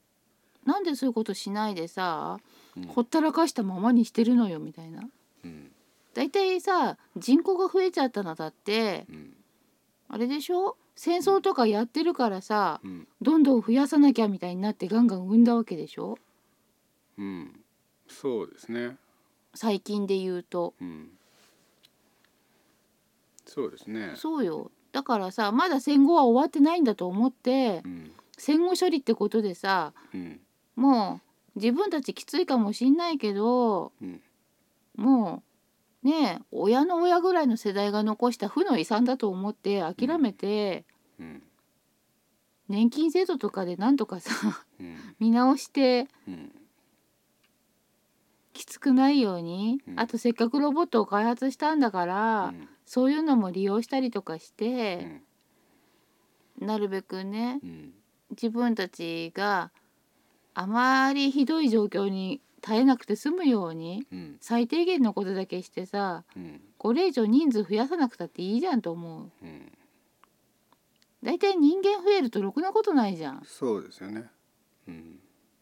なんでそういうことしないでさ、うん、ほったらかしたままにしてるのよみたいな、うん、だいたいさ人口が増えちゃったのだって、うん、あれでしょ、戦争とかやってるからさ、うん、どんどん増やさなきゃみたいになってガンガン産んだわけでしょ。 うん、そうですね。 最近で言うと、うん、 そうですね。 そうよ。だからさまだ戦後は終わってないんだと思って、うん、戦後処理ってことでさ、うん、もう自分たちきついかもしんないけど、うん、もうねえ親の親ぐらいの世代が残した負の遺産だと思って諦めて、うんうん、年金制度とかでなんとかさ、うん、見直して、うん、きつくないように、うん、あとせっかくロボットを開発したんだから、うん、そういうのも利用したりとかして、うん、なるべくね、うん、自分たちがあまりひどい状況に耐えなくて済むように、うん、最低限のことだけしてさ、うん、これ以上人数増やさなくたっていいじゃんと思う。うん、だいたい人間増えるとろくなことないじゃん。 そうですよね。うん、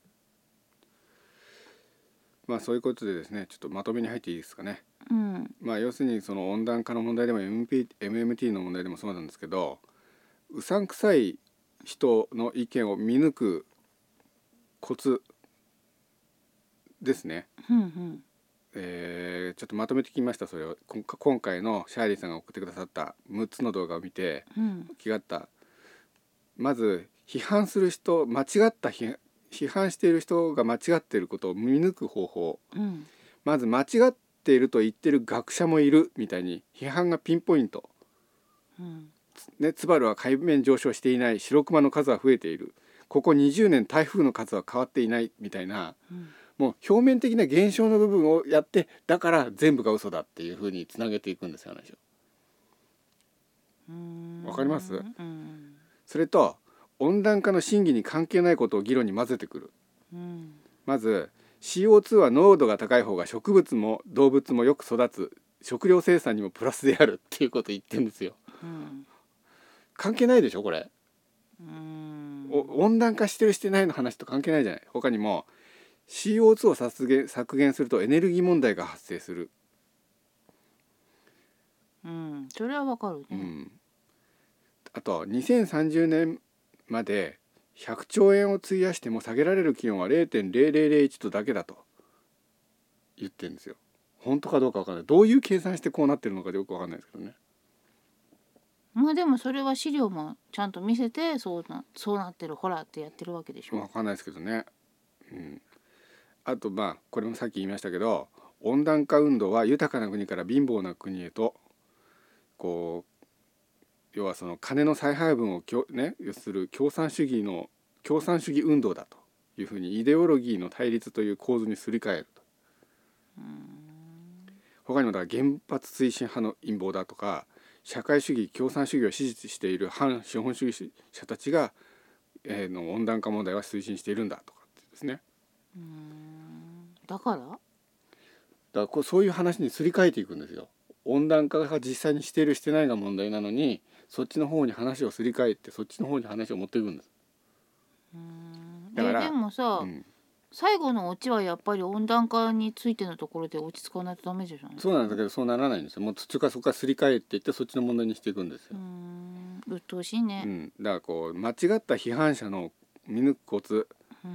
まあそういうことでですね、ちょっとまとめに入っていいですかね。うん、まあ要するにその温暖化の問題でも エムピー エムエムティー の問題でもそうなんですけど、うさんくさい人の意見を見抜くコツですね。うんうん、えー、ちょっとまとめてきました。それを今回のシャーリーさんが送ってくださったむっつの動画を見て、うん、気があった。まず批判する人、間違った批判している人が間違っていることを見抜く方法、うん、まず間違っていると言ってる学者もいるみたいに批判がピンポイント、うんね、ツバルは海面上昇していない、白クマの数は増えている、ここにじゅうねん台風の数は変わっていないみたいな、うん、もう表面的な現象の部分をやって、だから全部が嘘だっていう風につなげていくんですよ、話を。わかります？うん、それと温暖化の真偽に関係ないことを議論に混ぜてくる、うん、まず シーオーツー は濃度が高い方が植物も動物もよく育つ、食料生産にもプラスであるっていうことを言ってるんですよ、うん、関係ないでしょこれ、うん、温暖化してるしてないの話と関係ないじゃない。他にも シーオーツー を削減、削減するとエネルギー問題が発生する、 うん、それはわかるね、うん、 あとにせんさんじゅうねんまでひゃくちょうえんを費やしても下げられる気温は れいてんぜろぜろぜろいち 度だけだと言ってるんですよ。本当かどうか分かんない。どういう計算してこうなってるのかよく分かんないですけどね。 まあでもそれは資料もちゃんと見せてそうな、そうなってるほらってやってるわけでしょ。 分かんないですけどね、うん、あとまあこれもさっき言いましたけど、温暖化運動は豊かな国から貧乏な国へとこう、要はその金の再配分をね、要する共産主義の共産主義運動だというふうにイデオロギーの対立という構図にすり替えると。うーん、他にもだから原発推進派の陰謀だとか、社会主義共産主義を支持している反資本主義者たちが、えー、の温暖化問題は推進しているんだとかってですね。 うーん、だからだからこうそういう話にすり替えていくんですよ。温暖化が実際にしているしてないが問題なのに、そっちの方に話をすり替えてそっちの方に話を持っていくんです。 うーん、だからでもさ、うん、最後のオチはやっぱり温暖化についてのところで落ち着かないとダメじゃない。 そうなんだけどそうならないんですよ。もう途中からそこからすり替えていってそっちの問題にしていくんですよ。 うーん、うっとうしいね、 うん、だからこう間違った批判者の見抜くコツ、うん、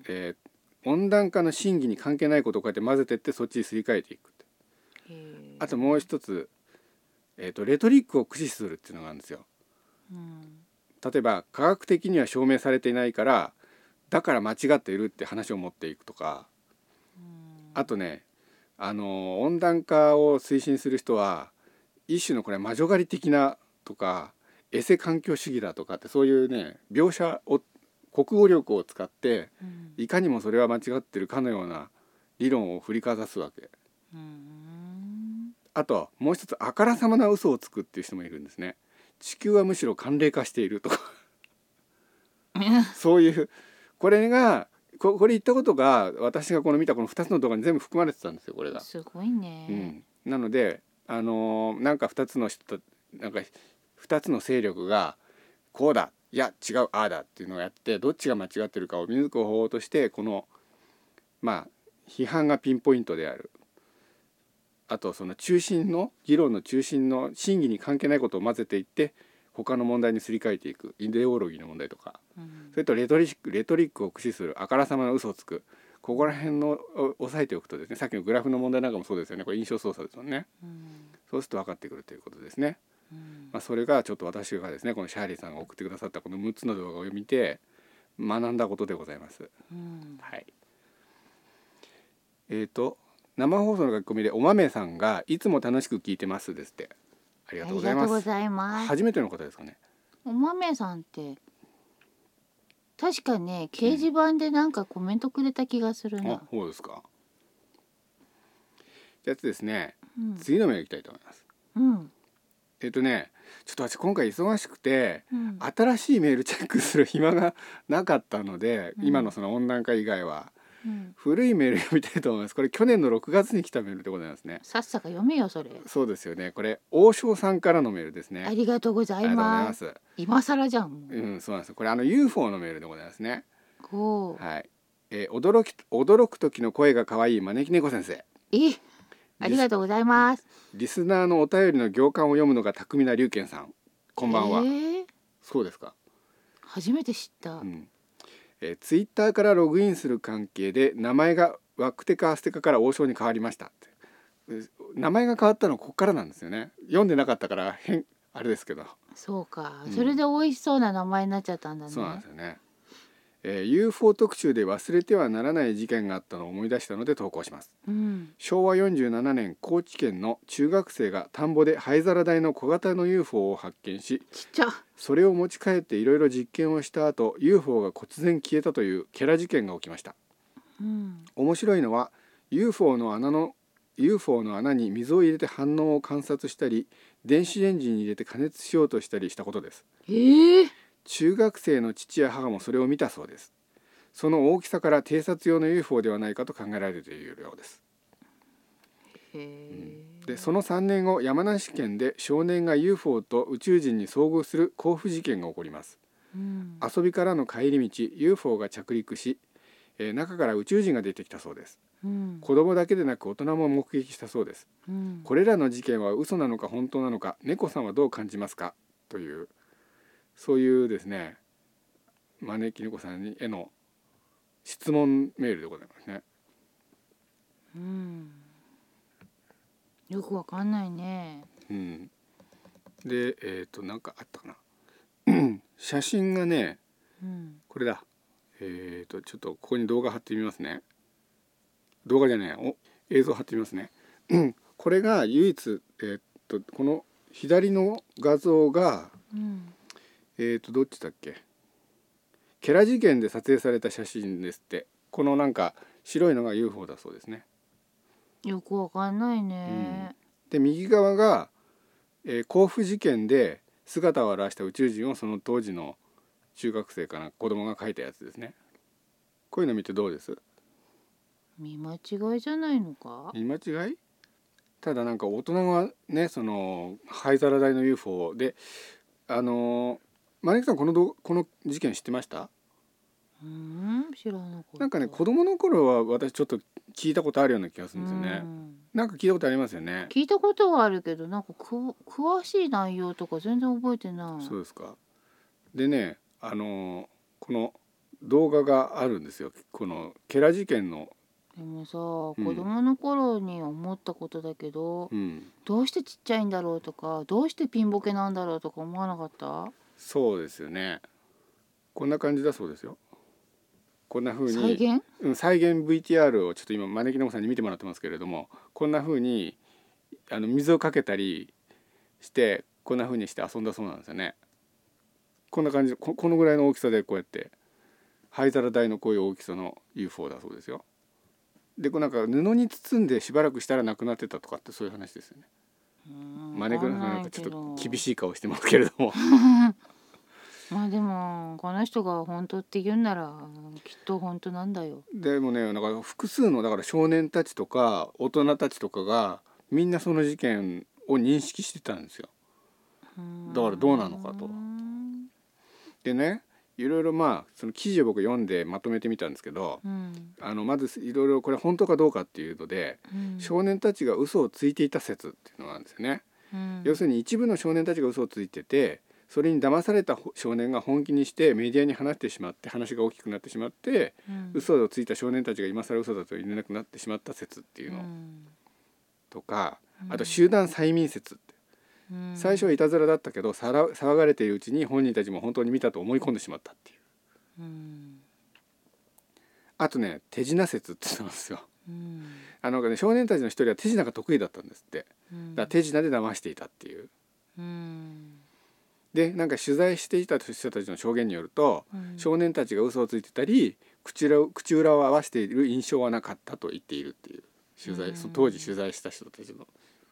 えー、温暖化の真偽に関係ないことをこうやって混ぜていってそっちにすり替えていくって。あともう一つ、えーと、レトリックを駆使するっていうのがあるんですよ、うん、例えば科学的には証明されていないからだから間違っているって話を持っていくとか、うん、あとね、あの温暖化を推進する人は一種のこれ魔女狩り的なとかエセ環境主義だとかってそういうね描写を国語力を使って、うん、いかにもそれは間違ってるかのような理論を振りかざすわけ、うん、あともう一つあからさまな嘘をつくっていう人もいるんですね。地球はむしろ寒冷化しているとかそういうこれがこれ言ったことが私がこの見たこのふたつの動画に全部含まれてたんですよこれが。 すごいね、 うん、なのであのー、なんかふたつの人なんかふたつの勢力がこうだいや違うああだっていうのをやって、どっちが間違ってるかを見抜く方法として、このまあ批判がピンポイントである、あとその中心の議論の中心の真偽に関係ないことを混ぜていって他の問題にすり替えていくイデオロギーの問題とか、うん、それとレトリックレトリックを駆使するあからさまな嘘をつく、ここら辺のを押さえておくとですね、さっきのグラフの問題なんかもそうですよね。これ印象操作ですよね、うん、そうすると分かってくるということですね、うんまあ、それがちょっと私がですね、このシャーリーさんが送ってくださったこのむっつの動画を見て学んだことでございます、うんはい、えーと生放送の書き込みでお豆さんがいつも楽しく聞いてますですって。ありがとうございます。ありがとうございます。初めての方ですかね。 お豆さんって確かね掲示板でなんかコメントくれた気がするな、うん、あ、 そうですか。じゃあですね、うん、次のメールいきたいと思います、うん、えっとねちょっと私今回忙しくて、うん、新しいメールチェックする暇がなかったので、うん、今のその温暖化以外はうん、古いメール読みたいと思います。これ去年のろくがつに来たメールでございますね。 さっさか読めよそれ。 そうですよね。これ王将さんからのメールですね。 ありがとうございます。今更じゃん。 うん、そうなんです。これあの ユーフォー のメールでございますね。こう、はい、えー、驚き驚く時の声が可愛い招き猫先生。 え、ありがとうございます。 リスナーのお便りの行間を読むのが巧みな龍賢さん。こんばんは。えー、そうですか。 初めて知った。うん、 えー、ツイッターからログインする関係で名前がワクテカアステカから王将に変わりましたって。名前が変わったのはここからなんですよね。読んでなかったから変あれですけど。 そうか、うん、それで美味しそうな名前になっちゃったんだね。 そうなんですよね。えー、ユーフォー 特集で忘れてはならない事件があったのを思い出したので投稿します、うん、しょうわよんじゅうななねん高知県の中学生が田んぼで灰皿大の小型の ユーフォー を発見し、 ちっちゃそれを持ち帰っていろいろ実験をした後 ユーフォー が忽然消えたというケラ事件が起きました、うん、面白いのは ユーフォー の穴の ユーフォー の穴に水を入れて反応を観察したり電子レンジに入れて加熱しようとしたりしたことです。えー、中学生の父や母もそれを見たそうです。その大きさから偵察用の ユーフォー ではないかと考えられているようです。へー。でそのさんねんご、山梨県で少年が ユーフォー と宇宙人に遭遇する交付事件が起こります、うん、遊びからの帰り道 ユーフォー が着陸し、えー、中から宇宙人が出てきたそうです、うん、子供だけでなく大人も目撃したそうです、うん、これらの事件は嘘なのか本当なのか、猫さんはどう感じますかという、そういうですね、招き猫さんにへの質問メールでございますね。 うん。よくわかんないね。 うん。で、えっとなんかあったかな。写真がね、うん、これだ。えっとちょっとここに動画貼ってみますね。動画じゃない、お映像貼ってみますね。これが唯一えっとこの左の画像が、うん、えっとどっちだっけ。ケラ事件で撮影された写真ですって。このなんか白いのが ユーフォー だそうですね。 よくわかんないね、 うん、で右側が、えー、甲府事件で姿を現した宇宙人をその当時の中学生かな子供が描いたやつですね。こういうの見てどうです？ 見間違いじゃないのか？ 見間違い？ただなんか大人がね、その灰皿大の ユーフォー で、あのーマネキさんこのどこの事件知ってました？ うん、知らなかった。 なんかね子供の頃は私ちょっと聞いたことあるような気がするんですよね。なんか聞いたことありますよね。 聞いたことはあるけどなんかく詳しい内容とか全然覚えてない。 そうですか。でね、あのこの動画があるんですよ。このケラ事件の。 でもさ、うん、子供の頃に思ったことだけど、うん、どうしてちっちゃいんだろうとか、どうしてピンボケなんだろうとか思わなかった？ そうですよね。こんな感じだそうですよ。こんな風に再現、 うん、再現 ブイティーアール をちょっと今招き猫さんに見てもらってますけれども、こんな風にあの水をかけたりしてこんな風にして遊んだそうなんですよね。こんな感じで こ, このぐらいの大きさでこうやって灰皿大のこういう大きさの ユーフォー だそうですよ。でこうなんか布に包んでしばらくしたらなくなってたとかってそういう話ですよね。招き猫さんなんかちょっと厳しい顔してますけれどもまあでもこの人が本当って言うんならきっと本当なんだよ。 でもね、だから複数のだから少年たちとか大人たちとかがみんなその事件を認識してたんですよ。だからどうなのかと。 でねいろいろまあその記事を僕読んでまとめてみたんですけど、うん、あのまずいろいろこれ本当かどうかっていうので、うん、少年たちが嘘をついていた説っていうのがあるんですよね、うん、要するに一部の少年たちが嘘をついててそれに騙された少年が本気にしてメディアに話してしまって話が大きくなってしまって、うん、嘘をついた少年たちが今更嘘だと言えなくなってしまった説っていうの、うん、とかあと集団催眠説って、うん、最初はいたずらだったけど騒がれているうちに本人たちも本当に見たと思い込んでしまったっていう、うん、あとね手品説って言ってたんですよ、うん、あの、ね、少年たちの一人は手品が得意だったんですって、うん、だから手品で騙していたっていう、うんでなんか取材していた人たちの証言によると、うん、少年たちが嘘をついてたり口裏を、口裏を合わせている印象はなかったと言っているっていう取材、うん、その当時取材した人たちの。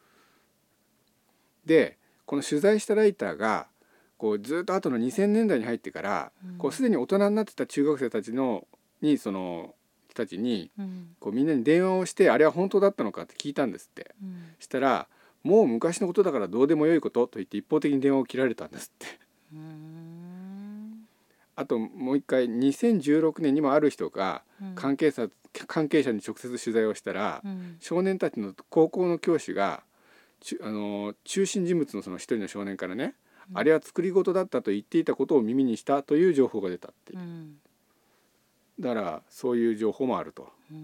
でこの取材したライターがこうずっと後のにせんねんだいに入ってから、うん、こうすでに大人になってた中学生たちのにその人たちに、うん、こうみんなに電話をしてあれは本当だったのかって聞いたんですって、うん、したらもう昔のことだからどうでもよいことと言って一方的に電話を切られたんですって。うーんあともう一回にせんじゅうろくねんにもある人が関係者、うん、関係者に直接取材をしたら、うん、少年たちの高校の教師があの中心人物のその一人の少年からね、うん、あれは作り事だったと言っていたことを耳にしたという情報が出たっていう、うん、だからそういう情報もあると、うん、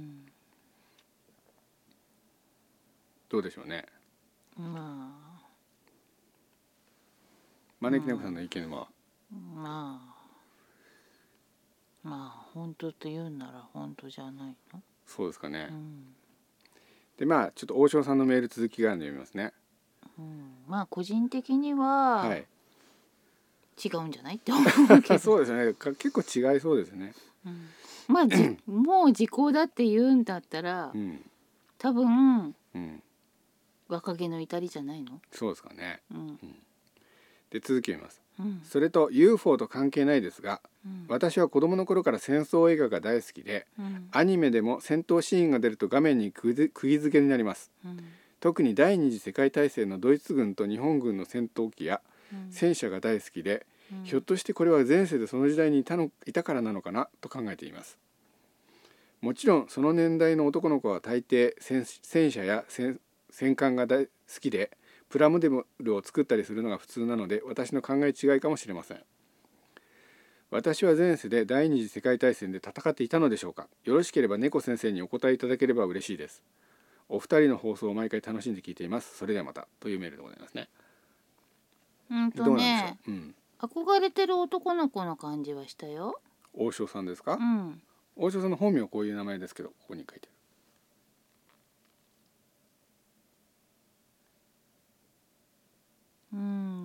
どうでしょうね。まあ招き猫さんの意見は、 まあまあ本当と言うなら本当じゃないの。 そうですかね、うん、でまあちょっと大塩さんのメール続きが読みますね、 うん、まあ個人的には、はい、違うんじゃないって思うけどそうですね結構違いそうですね、 うん、まあじもう時効だって言うんだったら、うん、多分、うん、若気の至りじゃないの。 そうですかね、うんうん、で続き読みます、うん、それと ユーフォー と関係ないですが、うん、私は子供の頃から戦争映画が大好きで、うん、アニメでも戦闘シーンが出ると画面に釘付けになります、うん、特に第二次世界大戦のドイツ軍と日本軍の戦闘機や戦車が大好きで、うん、ひょっとしてこれは前世でその時代にいたの、いたからなのかなと考えています。もちろんその年代の男の子は大抵 戦, 戦車や 戦, 戦艦が大好きでプラモデルを作ったりするのが普通なので私の考え違いかもしれません。私は前世で第二次世界大戦で戦っていたのでしょうか。よろしければ猫先生にお答えいただければ嬉しいです。お二人の放送を毎回楽しんで聞いています。それではまたというメールでございますね。 うんとね、どうなんでしょう、うん、憧れてる男の子の感じはしたよ。 大塩さんですか、うん、大塩さんの本名はこういう名前ですけどここに書いてある。 うん、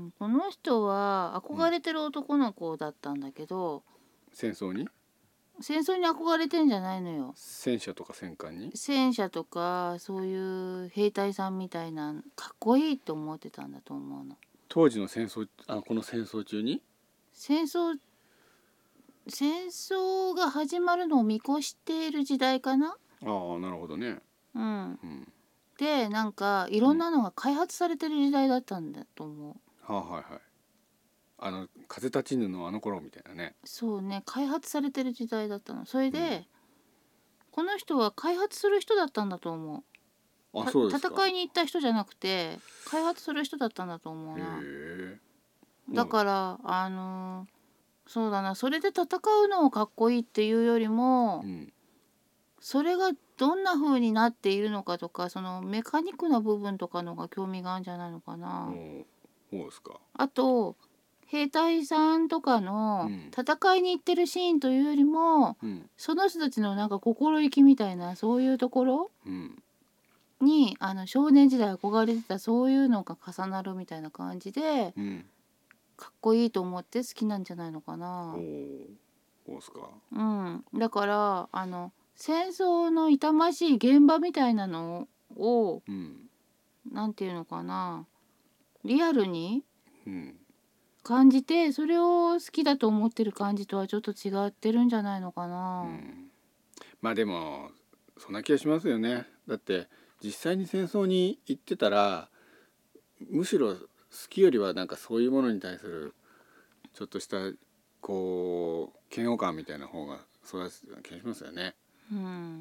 この人は憧れてる男の子だったんだけど、うん、 戦争に戦争に憧れてんじゃないのよ。 戦車とか戦艦に戦車とかそういう兵隊さんみたいなかっこいいって思ってたんだと思うの。 当時の戦争あこの戦争中に戦争戦争が始まるのを見越している時代かな。 ああなるほどね。うん、うんでなんかいろんなのが開発されてる時代だったんだと思う、 うん、はあはいはいあの風立ちぬのあの頃みたいなね。 そうね開発されてる時代だったの。それで、うん、この人は開発する人だったんだと思う。 あそうですか。 戦いに行った人じゃなくて開発する人だったんだと思うな。へだから、うん、あのそうだなそれで戦うのをかっこいいっていうよりも、うん、それがどんな風になっているのかとかそのメカニックな部分とかのが興味があるんじゃないのかな。 そうですか。 あと兵隊さんとかの戦いに行ってるシーンというよりも、うん、その人たちのなんか心意気みたいなそういうところに、うん、あの少年時代憧れてたそういうのが重なるみたいな感じで、うん、かっこいいと思って好きなんじゃないのかな。 そうですか。 うん、だからあの戦争の痛ましい現場みたいなのを、うん、なんていうのかなリアルに感じて、それを好きだと思ってる感じとはちょっと違ってるんじゃないのかな、うん、 まあでもそんな気がしますよね。だって実際に戦争に行ってたらむしろ好きよりはなんかそういうものに対するちょっとしたこう嫌悪感みたいな方が育つような気がしますよね。 うん、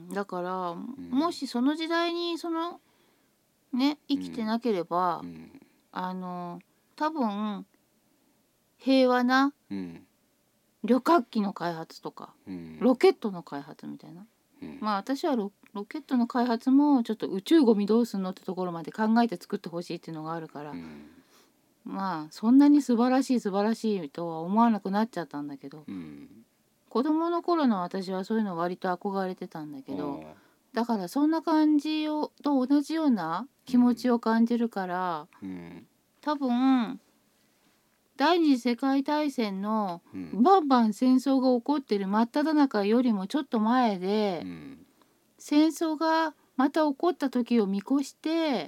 だから、うん、もしその時代にそのね生きてなければ、うんうん、あの多分平和な旅客機の開発とか、うん、ロケットの開発みたいな、うん、まあ私は ロ, ロケットの開発もちょっと宇宙ゴミどうすんのってところまで考えて作ってほしいっていうのがあるから、うん、まあそんなに素晴らしい素晴らしいとは思わなくなっちゃったんだけど、うん、子供の頃の私はそういうの割と憧れてたんだけど、だからそんな感じをと同じような気持ちを感じるから、うん、多分第二次世界大戦のバンバン戦争が起こってる真っ只中よりもちょっと前で、うん、戦争がまた起こった時を見越して、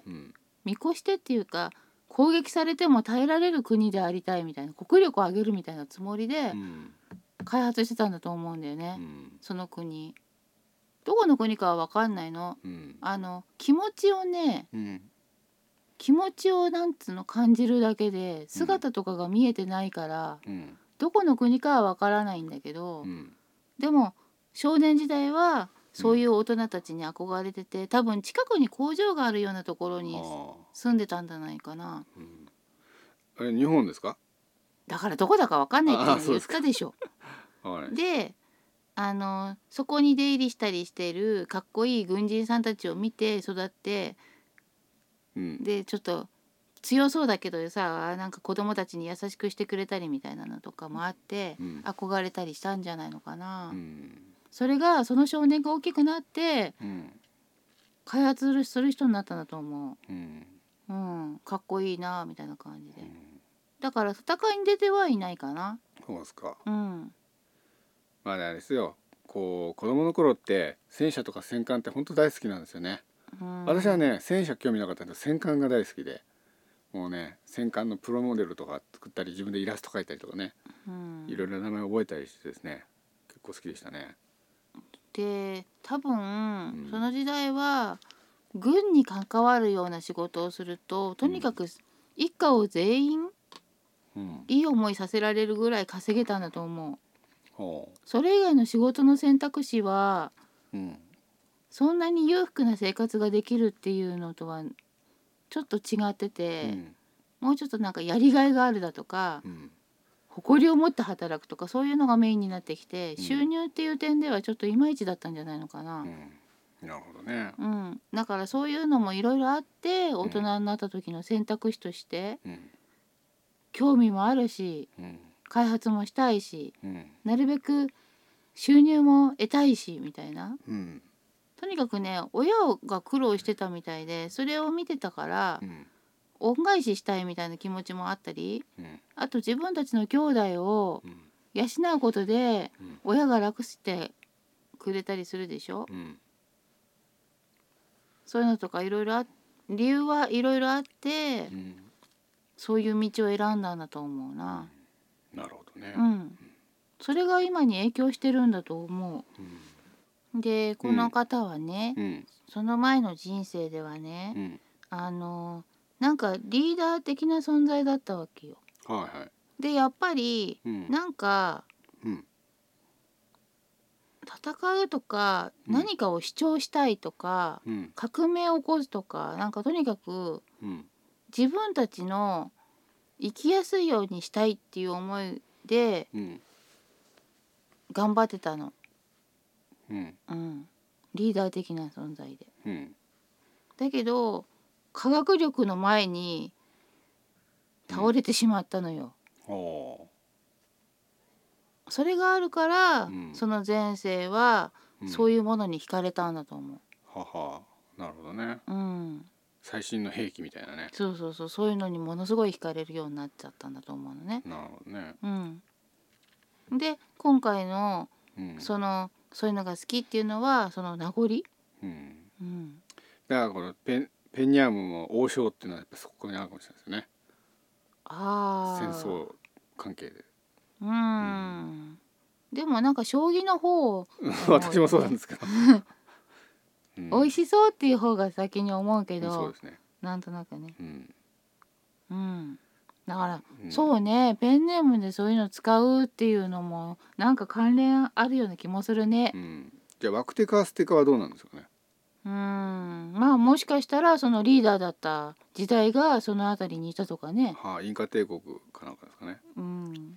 うん、見越してっていうか攻撃されても耐えられる国でありたいみたいな、国力を上げるみたいなつもりで開発してたんだと思うんだよね、うん、その国どこの国かは分かんないの、うん、あの気持ちをね、うん、気持ちをなんつうの感じるだけで姿とかが見えてないから、うん、どこの国かは分からないんだけど、うん、でも少年時代はそういう大人たちに憧れてて、多分近くに工場があるようなところに住んでたんじゃないかな、 うん、あれ日本ですか？ だからどこだか分かんないっていうの言ったでしょ。であのそこに出入りしたりしているかっこいい軍人さんたちを見て育って、うん、でちょっと強そうだけどさ、なんか子供たちに優しくしてくれたりみたいなのとかもあって、うん、憧れたりしたんじゃないのかな、うん、それがその少年が大きくなって、うん、開発する人になったんだと思う、うんうん、かっこいいなみたいな感じで、うん、だから戦いに出てはいないかな。 そうですか、うん、まああれですよ、こう子供の頃って戦車とか戦艦って本当大好きなんですよね、うん、私はね戦車興味なかったけど戦艦が大好きで、もうね戦艦のプロモデルとか作ったり自分でイラスト描いたりとかね、うん、いろいろ名前覚えたりしてですね、結構好きでしたね。 で多分、うん、その時代は軍に関わるような仕事をするととにかく一家を全員、うん、いい思いさせられるぐらい稼げたんだと思う、うん、それ以外の仕事の選択肢は、うん、そんなに裕福な生活ができるっていうのとはちょっと違ってて、うん、もうちょっとなんかやりがいがあるだとか、うん、誇りを持って働くとかそういうのがメインになってきて、うん、収入っていう点ではちょっといまいちだったんじゃないのかな、うん、なるほどね、うん、だからそういうのもいろいろあって大人になった時の選択肢として、うん、興味もあるし、うん、開発もしたいし、うん、なるべく収入も得たいしみたいな、うん、とにかくね親が苦労してたみたいでそれを見てたから、うん、恩返ししたいみたいな気持ちもあったり、うん、あと自分たちの兄弟を養うことで親が楽してくれたりするでしょ、うん、そういうのとかいろいろあ理由はいろいろあって、うん、そういう道を選んだんだと思うな、 うん、なるほどね、 うん、それが今に影響してるんだと思う、うん、でこの方はね、うん、その前の人生ではね、うん、あのなんかリーダー的な存在だったわけよ。はいはい、でやっぱり、うん、なんか、うん、戦うとか、うん、何かを主張したいとか、うん、革命を起こすとかなんかとにかく、うん、自分たちの生きやすいようにしたいっていう思いで、うん、頑張ってたの、うんうん、リーダー的な存在で、うん、だけど科学力の前に倒れてしまったのよ、うん、それがあるから、うん、その前世はそういうものに惹かれたんだと思う、 はは、なるほどね、うん、最新の兵器みたいなね、 そうそうそう、そういうのにものすごい惹かれるようになっちゃったんだと思うのね。 なるほどね、 うん、で今回の、うん、そのそういうのが好きっていうのはその名残、うんうん、だからこのペン、ペンニャームも王将っていうのはやっぱそこにあるかもしれないですよね。あ戦争関係で、 うん、うん、でもなんか将棋の方、ね、 私もそうなんですけど、 うん、美味しそうっていう方が先に思うけど、 そうですね、 なんとなくね、うん、うん、 だから、うん、そうね、ペンネームでそういうの使うっていうのもなんか関連あるような気もするね。 うん、じゃあワクテカステカはどうなんですかね。 うん、まあもしかしたらそのリーダーだった時代がそのあたりにいたとかね。 はあ、インカ帝国かなんかですかね。 うん。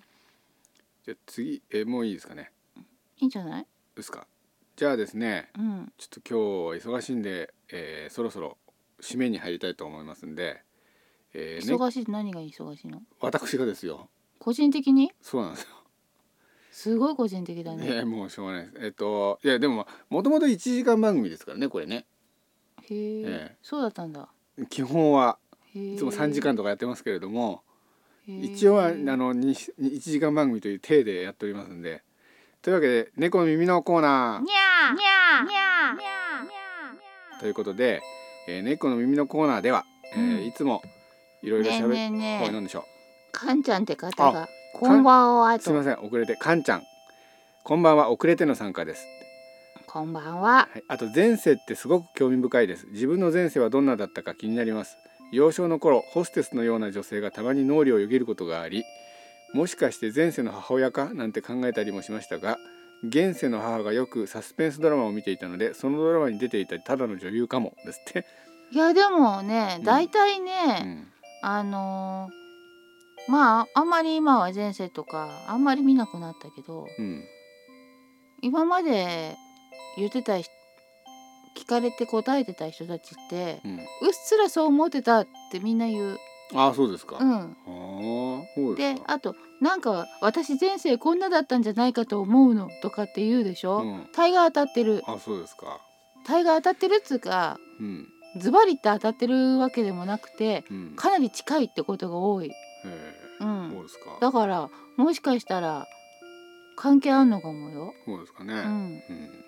じゃあ次えもういいですかね。 いいんじゃないですか。じゃあですね、 うん、 ちょっと今日は忙しいんで、えー、そろそろ締めに入りたいと思いますんで、 えーね、忙しいって何が忙しいの？ 私がですよ。 個人的に？ そうなんですよ。 すごい個人的だね。 いやもうしょうがないです。えっといやでももともといちじかん番組ですからねこれね。 へえ、えー、そうだったんだ。 基本はいつもさんじかんとかやってますけれども、一応はあのいちじかん番組という体でやっておりますんで。というわけで猫の耳のコーナーにゃーにゃーにゃーにゃーということで、えー、猫の耳のコーナーでは、えーうん、いつもいろいろしゃべってねえ、何でしょう。 かんちゃんって方がこんばんはと。 すみません遅れてかんちゃんこんばんは遅れての参加です。 こんばんは、 はい、あと前世ってすごく興味深いです。自分の前世はどんなだったか気になります。幼少の頃ホステスのような女性がたまに脳裏をよぎることがあり、もしかして前世の母親かなんて考えたりもしましたが、現世の母がよくサスペンスドラマを見ていたので、そのドラマに出ていたただの女優かもですって。 いやでもね、うん、大体ね、うん、あのー、まああんまり今は前世とかあんまり見なくなったけど、うん、今まで言ってた聞かれて答えてた人たちって、うん、うっすらそう思ってたってみんな言う。 ああそうですか。うん。 あそうですか。であとなんか私前世こんなだったんじゃないかと思うのとかって言うでしょ。うん、大概当たってる。 あそうですか。 大概当たってるっつうか、うん、ズバリって当たってるわけでもなくて、うん、かなり近いってことが多い。へえ、うん、そうですか。 だからもしかしたら関係あんのかもよ。 そうですかね。うん、うん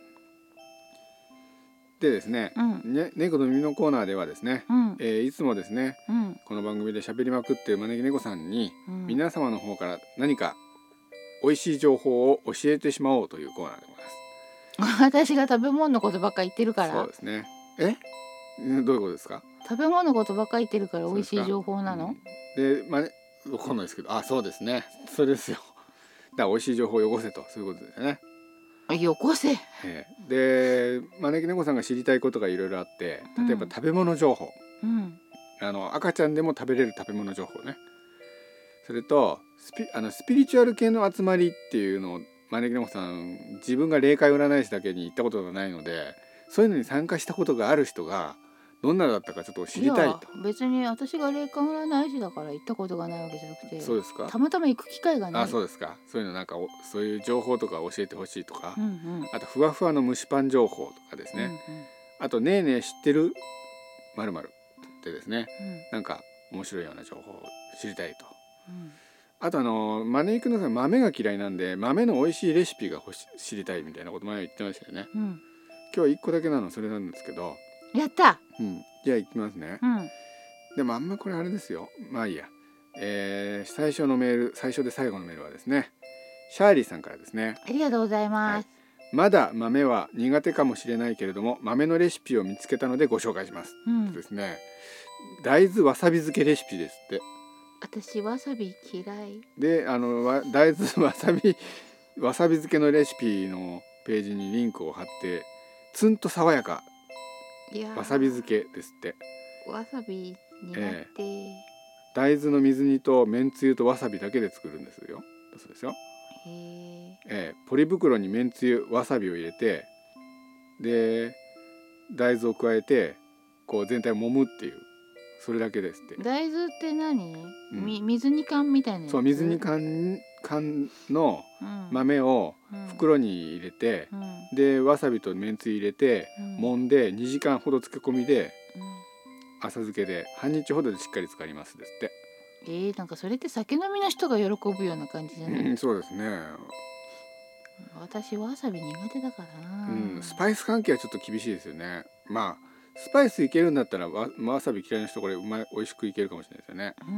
でですね、うん、ね猫の耳のコーナーではですね、うん、えー、いつもですね、うん、この番組で喋りまくっている招き猫さんに、うん、皆様の方から何か美味しい情報を教えてしまおうというコーナーでございます。私が食べ物のことばっか言ってるから。 そうですね。えどういうことですか？ 食べ物のことばっか言ってるから美味しい情報なの？ うん、でまあねわかんないですけど、あそうですねそれですよ。だから美味しい情報をよこせとそういうことですね。 よこせ、 えー、で招き猫さんが知りたいことがいろいろあって、例えば食べ物情報、うん、あの赤ちゃんでも食べれる食べ物情報ね、それとスピ、あのスピリチュアル系の集まりっていうのを招き猫さん自分が霊界占い師だけに行ったことがないので、そういうのに参加したことがある人がどんなだったかちょっと知りたいと。 いや別に私が霊界占い師だから行ったことがないわけじゃなくて、 そうですか。 たまたま行く機会がない。 あそうですか。そういうのなんかそういう情報とか教えてほしいとか、うんうん、あとふわふわの蒸しパン情報とかですね、うんうん、あとねえねえ知ってるまるまるってですね、うん、なんか面白いような情報を知りたいと、うん、あとあの招き猫さん豆が嫌いなんで豆の美味しいレシピが欲し知りたいみたいなこと前言ってましたよね、うん、今日はいっこだけなのそれなんですけど、 やった、 うん、じゃあいきますね、うん、でもあんまこれあれですよ、まあいいや、えー、最初のメール最初で最後のメールはですねシャーリーさんからですね。 ありがとうございます、 はい、まだ豆は苦手かもしれないけれども豆のレシピを見つけたのでご紹介します、うん、ですね大豆わさび漬けレシピですって。 私わさび嫌いであの大豆わさびわさび漬けのレシピのページにリンクを貼ってツンと爽やかわさび漬けですって。 わさび苦手、えー、 大豆の水煮とめんつゆとわさびだけで作るんですよ。そうですよ。へえー、ポリ袋にめんつゆわさびを入れてで大豆を加えてこう全体を揉むっていうそれだけですって。 大豆って何、うん、み水煮缶みたいなやつ。 そう水煮缶缶の豆を袋に入れて、うん、でわさびとめんつゆ入れて、うん、揉んでにじかんほど漬け込みで、うん、浅漬けで半日ほどでしっかり使いますですって。 えー、なんかそれって酒飲みの人が喜ぶような感じじゃない、 うん、そうですね。 私わさび苦手だからな、 うん、スパイス関係はちょっと厳しいですよね。まあスパイスいけるんだったら わ, わさび嫌いな人これうまい美味しくいけるかもしれないですよね、うん、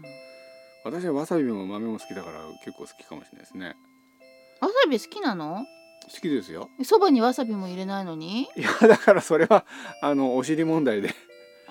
私はわさびも豆も好きだから結構好きかもしれないですね。 わさび好きなの？ 好きですよ。 そばにわさびも入れないのに？ いやだからそれはあのお尻問題で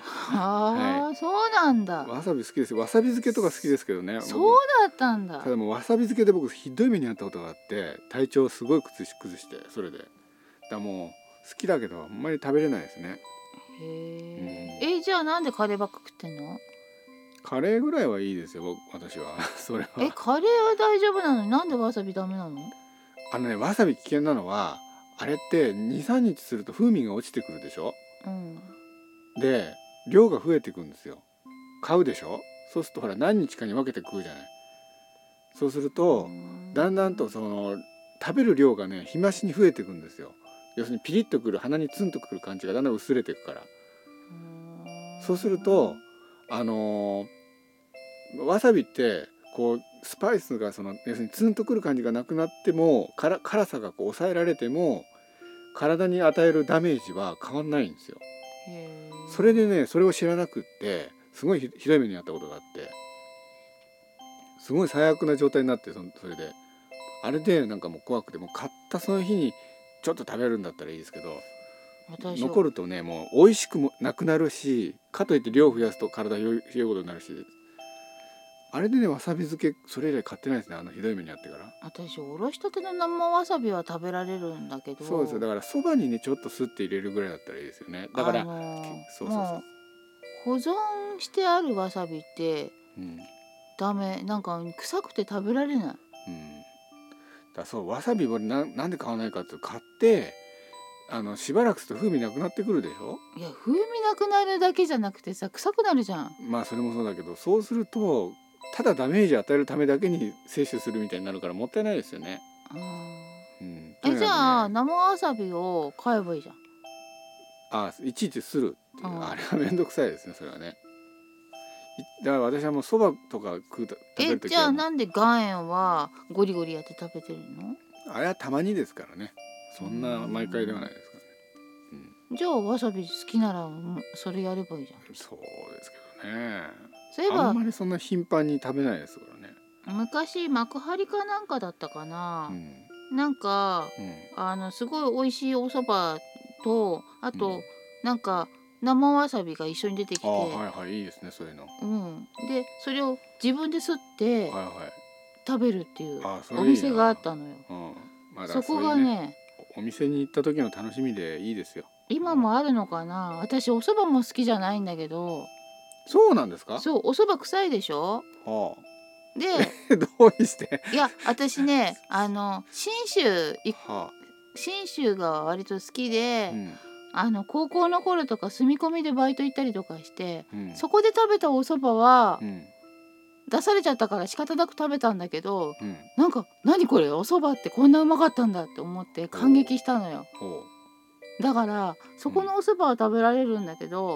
ああ、そうなんだ。 わさび好きですよ。わさび漬けとか好きですけどね。 そうだったんだ。 ただもうわさび漬けで僕ひどい目にあったことがあって、体調すごい崩し崩してそれで。だもう好きだけどあんまり食べれないですね。 へえ、うん。え、じゃあなんでカレーばっか食ってんの？ カレーぐらいはいいですよ私はそれは。 え、カレーは大丈夫なのになんでわさびダメなの？ あのね、わさび危険なのはあれってにさんにちすると風味が落ちてくるでしょ、うん、で量が増えていくんですよ。買うでしょ。そうするとほら何日かに分けて食うじゃない。そうするとだんだんとその食べる量がね日増しに増えていくんですよ。要するにピリッとくる鼻にツンとくる感じがだんだん薄れていくから。そうするとあのー、わさびってこうスパイスがその要するにツンとくる感じがなくなってもから辛さがこう抑えられても体に与えるダメージは変わんないんですよ。それでねそれを知らなくってすごいひどい目にあったことがあって、すごい最悪な状態になって、そそれであれでなんかもう怖くて、もう買ったその日にちょっと食べるんだったらいいですけど、残るとねもう美味しくもなくなるし、かといって量を増やすと体ひどいことになるし、あれでねわさび漬けそれ以来買ってないですね、あのひどい目にあってから。 私おろしたての生わさびは食べられるんだけど。 そうですよ。だからそばにねちょっとすって入れるぐらいだったらいいですよね。だから、あのー、そうそうそう、 保存してあるわさびって、うん、ダメ、なんか臭くて食べられない。うん、 だそうわさびを な, なんで買わないかって買ってあのしばらくすると風味なくなってくるでしょ。 いや風味なくなるだけじゃなくてさ、臭くなるじゃん。 まあそれもそうだけど、そうするとただダメージ与えるためだけに摂取するみたいになるからもったいないですよね。あ、 うん、え、ね、じゃあ生わさびを買えばいいじゃん。 あ、いちいちするっていう、あれはめんどくさいですねそれはね。だから私はもうそばとか食う食べるときは、え、じゃあなんで岩塩はゴリゴリやって食べてるの？ あれはたまにですからね、そんな毎回ではないですからね。 うん、じゃあわさび好きならそれやればいいじゃん。 そうですけどね。 そういえばあんまりそんな頻繁に食べないですからね。 昔幕張かなんかだったかな、うん、なんか、うん、あのすごい美味しいお蕎麦と、あと、うん、なんか生わさびが一緒に出てきて、あ、 はいはい、いいですねそういうの。 うん、でそれを自分ですって、はいはい、食べるっていうお店があったのよ。うん、ま、そこがね、 お店に行った時の楽しみでいいですよ。 今もあるのかな。私お蕎麦も好きじゃないんだけど。 そうなんですか？ そう、お蕎麦臭いでしょ。はあ、でどうしていや私ね、あの信州、はあ、信州が割と好きで、うん、あの高校の頃とか住み込みでバイト行ったりとかして、うん、そこで食べたお蕎麦は、うん、出されちゃったから仕方なく食べたんだけど、うん、なんか何これお蕎麦ってこんなうまかったんだって思って感激したのよ。だからそこのお蕎麦は食べられるんだけど、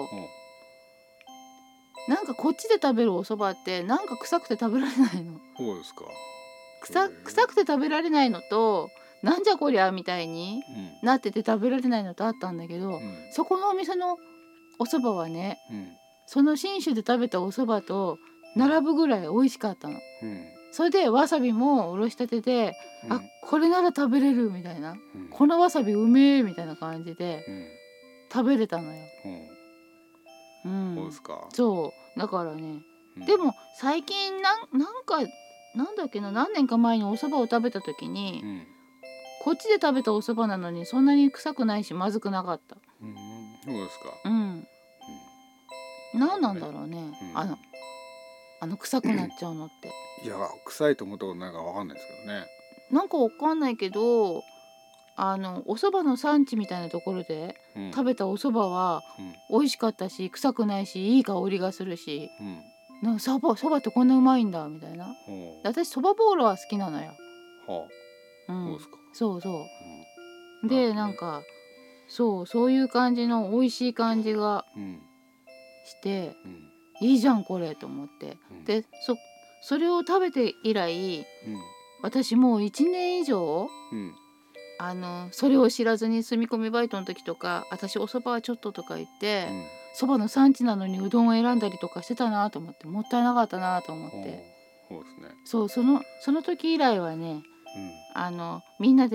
なんかこっちで食べるお蕎麦ってなんか臭くて食べられないの。 そうですか。 臭臭くて食べられないのと、なんじゃこりゃみたいになってて食べられないのとあったんだけど、うん、そこのお店のお蕎麦はね、うん、その信州で食べたお蕎麦と並ぶぐらい美味しかったの。うん、それでわさびもおろしたてで、うん、あ、これなら食べれるみたいな、うん、このわさびうめえみたいな感じで食べれたのよ。うん、 そうですか。 そうだからね、うん、でも最近なんなんかなんだっけな、何年か前にお蕎麦を食べた時に、うん、こっちで食べたお蕎麦なのにそんなに臭くないしまずくなかった。 うん、そうですか。 うん。うん、何なんだろうね、うん、あのあの臭くなっちゃうのって。 いや臭いと思ったことないからわかんないですけどね。 なんかわかんないけど、あのお蕎麦の産地みたいなところで食べたお蕎麦は美味しかったし、臭くないしいい香りがするし、うん、なんかそばそばってこんなうまいんだみたいな。私そばボーロは好きなのよ。はあ、うん、そうですか。そうそう。うん、で、なんかそうそういう感じの美味しい感じがして、うん、いいじゃんこれと思って、うん、で そ, それを食べて以来、うん、私もういちねん以上、うん、あのそれを知らずに住み込みバイトの時とか、私お蕎麦はちょっととか言って、そば、うん、の産地なのにうどんを選んだりとかしてたなと思って、もったいなかったなと思って。そうですね。そう、そのその時以来はね、うん、あのみんなで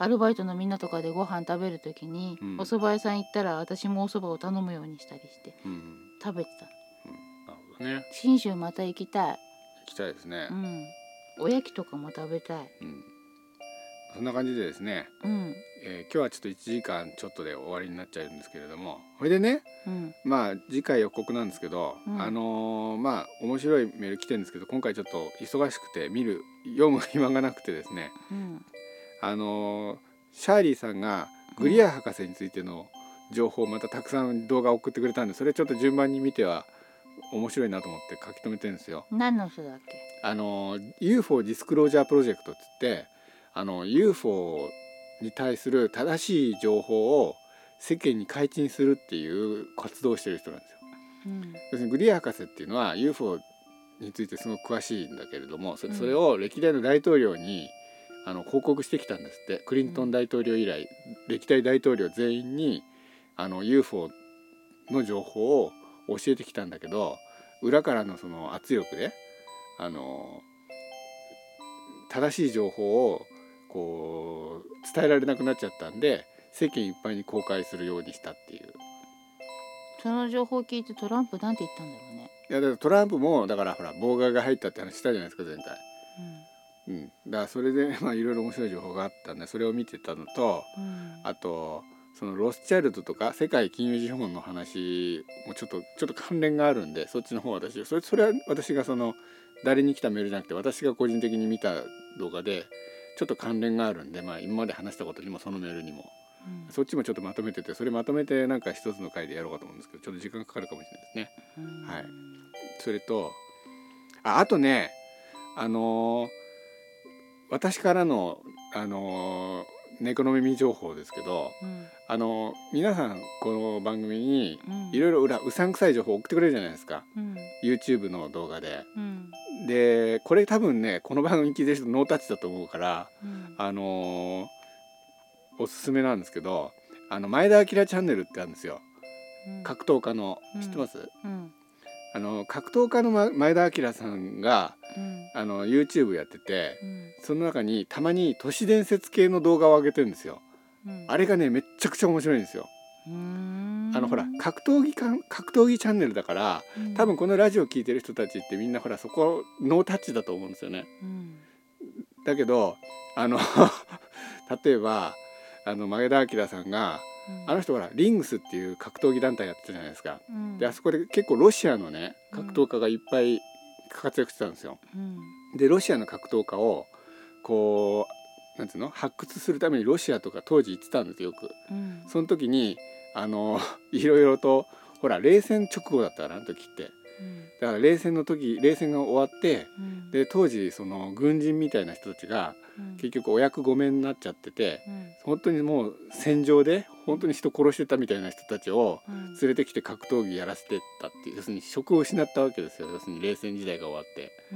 アルバイトのみんなとかでご飯食べる時に、うん、お蕎麦屋さん行ったら私もお蕎麦を頼むようにしたりして、うん、食べてた、 うん、なるほどね。 信州また行きたい。 行きたいですね、 うん、おやきとかも食べたい、 うん、そんな感じでですね、うんえー、今日はちょっといちじかんちょっとで終わりになっちゃうんですけれども、これでね、うん、まあ次回予告なんですけど、うん、あのー、まあ面白いメール来てるんですけど、今回ちょっと忙しくて見る読む暇がなくてですね、うん、あのー、シャーリーさんがグリア博士についての情報をまたたくさん動画を送ってくれたんで、それちょっと順番に見ては面白いなと思って書き留めてるんですよ。 何の人だっけ？ あの ユーフォー ディスクロージャープロジェクトっつって、あの ユーフォー に対する正しい情報を世間に解禁するっていう活動をしてる人なんですよ、うん、要するにグリア博士っていうのは ユーフォー についてすごく詳しいんだけれども、それ、それを歴代の大統領にあの報告してきたんですって。クリントン大統領以来、うん、歴代大統領全員にあの ユーフォー の情報を教えてきたんだけど、裏からのその圧力であの正しい情報をこう伝えられなくなっちゃったんで、世間いっぱいに公開するようにしたっていう。 その情報を聞いてトランプなんて言ったんだろうね。 いやだからトランプもだからほら妨害が入ったって話したじゃないですか前回、うんうん、だからそれでまあいろいろ面白い情報があったんでそれを見てたのと、うん、あとそのロスチャイルドとか世界金融資本の話もちょっとちょっと関連があるんで、そっちの方は私それそれは私がその誰に来たメールじゃなくて私が個人的に見た動画でちょっと関連があるんで、まあ、今まで話したことにもそのメールにも、うん、そっちもちょっとまとめてて、それまとめてなんか一つの回でやろうかと思うんですけど、ちょっと時間かかるかもしれないですね、うん、はい。それと あ, あとねあのー、私からのあのー猫の耳情報ですけど、うん、あの皆さんこの番組にいろいろ裏うさんくさい情報送ってくれるじゃないですか、うん、YouTube の動画で、うん、でこれ多分ねこの番組聞いてる人ノータッチだと思うから、うん、あのー、おすすめなんですけど、あの前田明チャンネルってあるんですよ、うん、格闘家の、知ってます、うん、あの格闘家の前田明さんが、うん、あの YouTube やってて、うん、その中にたまに都市伝説系の動画を上げてるんですよ、うん、あれがねめっちゃくちゃ面白いんですよ。うーん、あのほら格闘技か格闘技チャンネルだから、うん、多分このラジオ聞いてる人たちってみんなほらそこノータッチだと思うんですよね、うん、だけどあの例えばあの前田明さんがあの人ほらリングスっていう格闘技団体やってたじゃないですか、うん、であそこで結構ロシアのね格闘家がいっぱい活躍してたんですよ、うん、でロシアの格闘家をこうなんていうの発掘するためにロシアとか当時行ってたんですよく、うん、その時にあのいろいろとほら冷戦直後だったからあの時って、うん、だから冷戦の時冷戦が終わって、うん、で当時その軍人みたいな人たちが結局お役御免になっちゃってて、うん、本当にもう戦場で本当に人殺してたみたいな人たちを連れてきて格闘技やらせてったっていう、要するに職を失ったわけですよ。要するに冷戦時代が終わって、うん、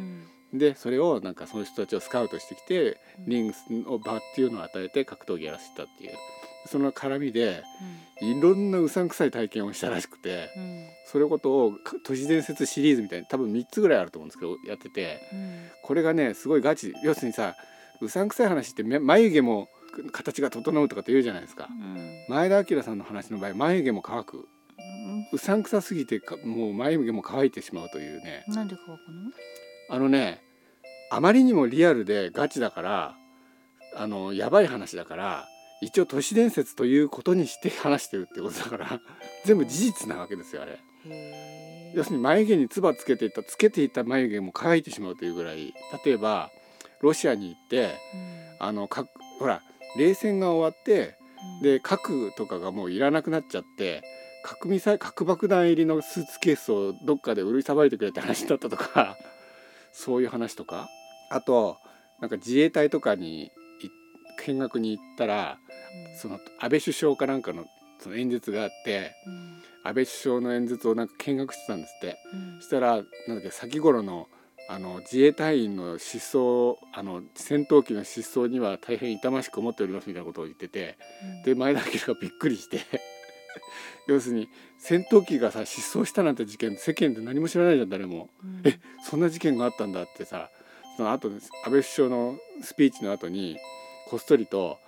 でそれをなんかその人たちをスカウトしてきてリングスの場っていうのを与えて格闘技やらせてたっていう、その絡みでいろんなうさんくさい体験をしたらしくて、うん、それことを都市伝説シリーズみたいに多分みっつぐらいあると思うんですけどやってて、うん、これがねすごいガチ、要するにさうさんくさい話って眉毛も形が整うとかって言うじゃないですか、うん、前田明さんの話の場合眉毛も乾く、うん、うさんくさすぎてもう眉毛も乾いてしまうというね。 なんで乾くの？ あのねあまりにもリアルでガチだからあのやばい話だから一応都市伝説ということにして話してるってことだから全部事実なわけですよあれ。へー。要するに眉毛に唾つけていたつけていた眉毛も乾いてしまうというぐらい、例えばロシアに行って、うん、あのかほら冷戦が終わって、うん、で核とかがもういらなくなっちゃって核ミサイ核爆弾入りのスーツケースをどっかで売りさばいてくれって話だったとかそういう話とか、あとなんか自衛隊とかに見学に行ったら、うん、その安倍首相かなんかのその演説があって、うん、安倍首相の演説をなんか見学してたんですって、うん、そしたらなんだっけ先頃のあの自衛隊員の失踪あの戦闘機の失踪には大変痛ましく思っておりますみたいなことを言ってて、うん、で前田明がびっくりして要するに戦闘機がさ失踪したなんて事件世間で何も知らないじゃん誰も、うん、えそんな事件があったんだってさ、その後安倍首相のスピーチの後にこっそりと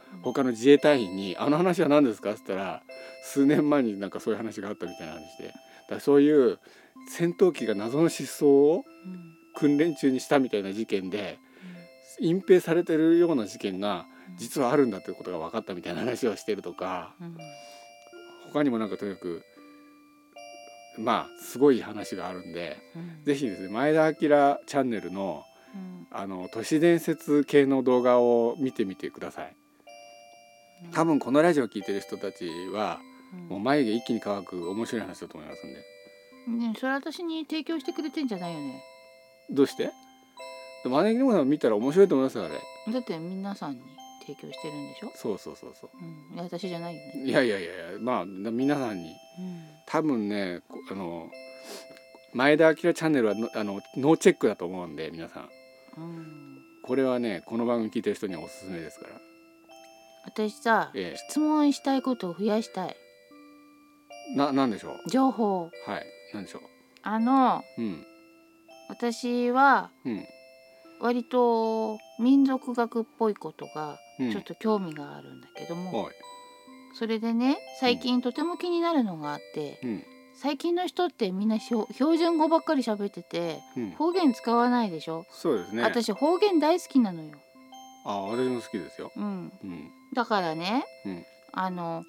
他の自衛隊員にあの話は何ですかって言ったら数年前になんかそういう話があったみたいな話で、だからそういう戦闘機が謎の失踪を訓練中にしたみたいな事件で隠蔽されてるような事件が実はあるんだということが分かったみたいな話をしてるとか、他にもなんかとにかくまあすごい話があるんで、ぜひですね前田明チャンネルのあの都市伝説系の動画を見てみてください。多分このラジオを聞いてる人たちはもう眉毛一気に乾く面白い話だと思いますんで。 ね、それ私に提供してくれてんじゃないよね。 どうして？招き猫さん見たら面白いと思いますよあれ。 だって皆さんに提供してるんでしょ。 そうそうそうそう、 うん、私じゃないよね。 いやいやいやまあ皆さんに、うん、多分ねあの前田明チャンネルはあのノーチェックだと思うんで皆さん、うん、これはねこの番組聞いてる人にはおすすめですから。 私さ、ええ、質問したいことを増やしたい。 な、なんでしょう。 情報。 はい、なんでしょう。 あの、うん、私は、うん、割と民族学っぽいことがちょっと興味があるんだけども、うん、それでね最近とても気になるのがあって、うん、最近の人ってみんな標準語ばっかり喋ってて、うん、方言使わないでしょ。 そうですね。 私方言大好きなのよ。 あ、私も好きですよ。 うん。うん、だからね、うん、あの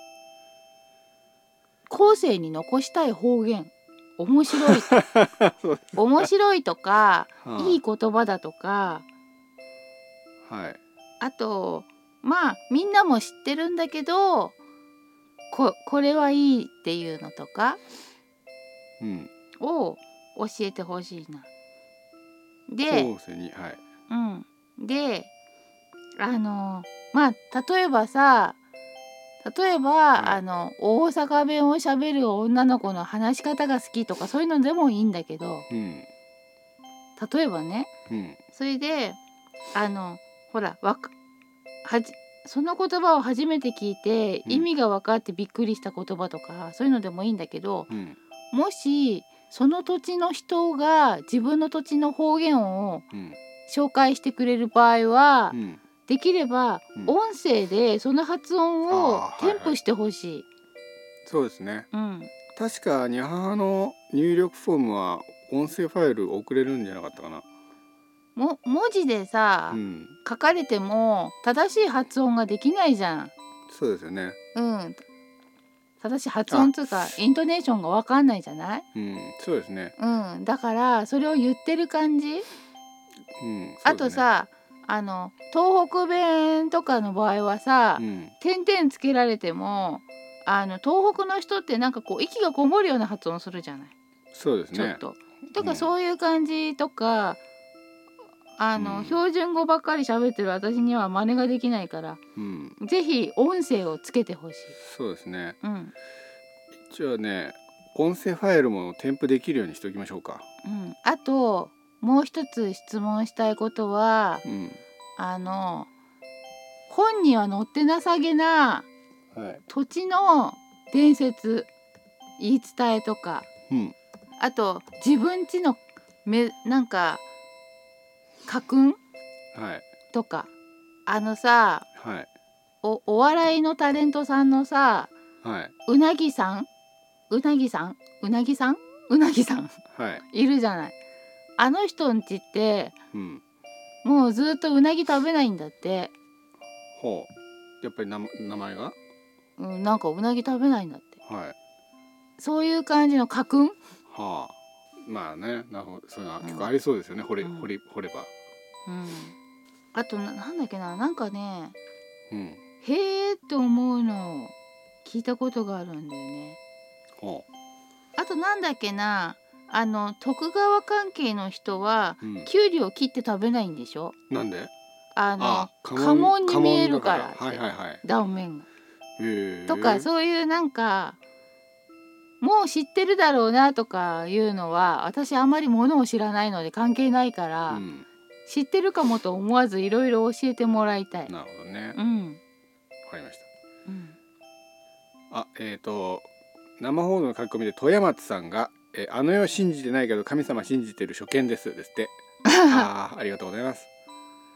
後世に残したい方言、面白い面白いとか、はあ、いい言葉だとか、はい、あとまあみんなも知ってるんだけど こ, これはいいっていうのとか、うん、を教えてほしいな。で、 後世に、はい、 うん、であのまあ例えばさ例えば、はい、あの大阪弁をしゃべる女の子の話し方が好きとかそういうのでもいいんだけど、うん、例えばね、うん、それであのほらわかはじその言葉を初めて聞いて、うん、意味が分かってびっくりした言葉とかそういうのでもいいんだけど、うん、もしその土地の人が自分の土地の方言を紹介してくれる場合は、うん、できれば音声でその発音を添付してほしい、はいはい、 そうですね、うん、確かに母の入力フォームは音声ファイル送れるんじゃなかったかな。 も文字でさ、うん、書かれても正しい発音ができないじゃん。 そうですよね。 うん、正しい発音というかイントネーションが分かんないじゃない、 うん、そうですね、 うん、だからそれを言ってる感じ、うんね、あとさあの東北弁とかの場合はさ、うん、点々つけられてもあの東北の人ってなんかこう息がこもるような発音するじゃない。 そうですね。 ちょっととかそういう感じとか、うん、あの、うん、標準語ばっかり喋ってる私には真似ができないから、うん、ぜひ音声をつけてほしい。 そうですね、うん、一応ね音声ファイルも添付できるようにしておきましょうか、 うん、あともう一つ質問したいことは、うん、あの本には載ってなさげな、はい、土地の伝説言い伝えとか、うん、あと自分家のめなんか家訓、はい、とかあのさ、はい、お, お笑いのタレントさんのさ、はい、うなぎさんうなぎさんうなぎさんうなぎさん、はい、いるじゃない。あの人んちって、うん、もうずっとうなぎ食べないんだって。 ほう、やっぱりな名前が、 うん、なんかうなぎ食べないんだって、はい、そういう感じの家訓、 はあ、まあね、なるほど、そういうのは結構ありそうですよね、うん、掘れ、掘れ、掘れば、うん、 あと な, なんだっけななんかね、うん、へーって思うのを聞いたことがあるんだよね。ほう。あとなんだっけなあの徳川関係の人は、うん、きゅうりを切って食べないんでしょ。 なんで？ あのあ家紋に見えるからって、はいはいはい、断面がとかそういうなんかもう知ってるだろうなとかいうのは私あんまりものを知らないので関係ないから、うん、知ってるかもと思わずいろいろ教えてもらいたい。 なるほどね、 うん、 わかりました、うん、あえっ、ー、と生放送の書き込みで富山さんがえあの世信じてないけど神様信じてる初見ですですってあありがとうございます。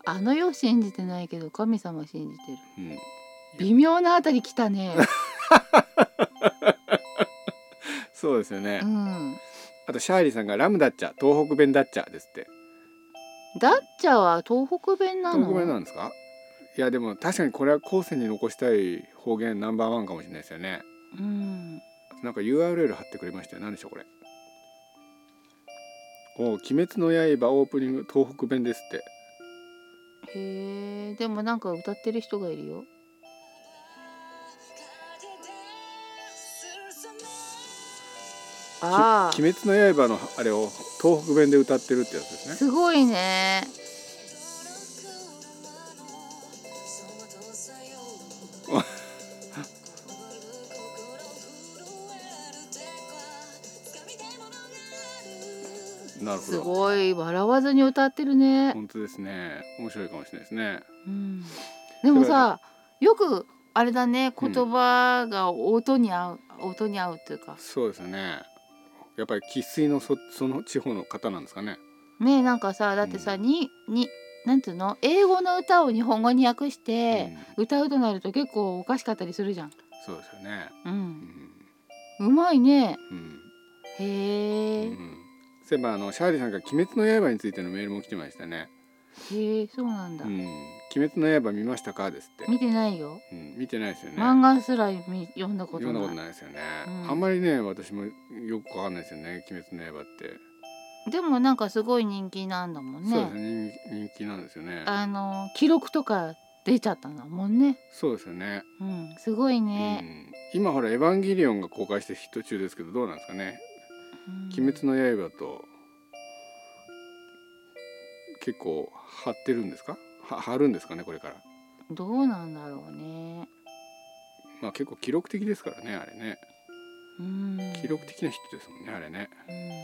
あの世信じてないけど神様信じてる、 うん、 微妙なあたり来たねそうですよね、 うん、 あとシャーリーさんがラムダッチャ東北弁ダッチャですって。 ダッチャは東北弁なの？ 東北弁なんですか？いやでも確かにこれは後世に残したい方言ナンバーワンかもしれないですよね。 うん、 なんか ユーアールエル 貼ってくれましたよ。何でしょうこれ。お鬼滅の刃オープニング東北弁ですって。 へえ、でもなんか歌ってる人がいるよ。 ああ、鬼滅の刃のあれを東北弁で歌ってるってやつですね。 すごいね。 なるほど。 すごい笑わずに歌ってるね。 本当ですね。面白いかもしれないですね。 うん、でもさ、よくあれだね、言葉が音に合う、うん、音に合うっていうか。 そうですね。やっぱり生粋の そ, その地方の方なんですかね。 ねえ、なんかさ、だってさ、うん、にになんていうの、英語の歌を日本語に訳して歌うとなると結構おかしかったりするじゃん。 そうですよね。 うん。うん、うまいね。 うん、 へえ。 うん、そういえばあのシャーリーさんが鬼滅の刃についてのメールも来てましたね。 へえ、そうなんだ。 うん、鬼滅の刃見ましたかですって。 見てないよ。 うん、見てないですよね。 漫画すら読んだことない。 読んだことないですよね。うん、あんまりね、私もよくわかんないですよね。鬼滅の刃って。 でもなんかすごい人気なんだもんね。 そうですね、人気なんですよね。 あの記録とか出ちゃったんだもんね。 そうですよね。 うん、すごいね。 うん、今ほらエヴァンゲリオンが公開してヒット中ですけど、どうなんですかね。うん、鬼滅の刃と結構張ってるんですか？は張るんですかね、これから。 どうなんだろうね。 まあ結構記録的ですからね、あれね。 うん、 記録的なヒットですもんね、あれね。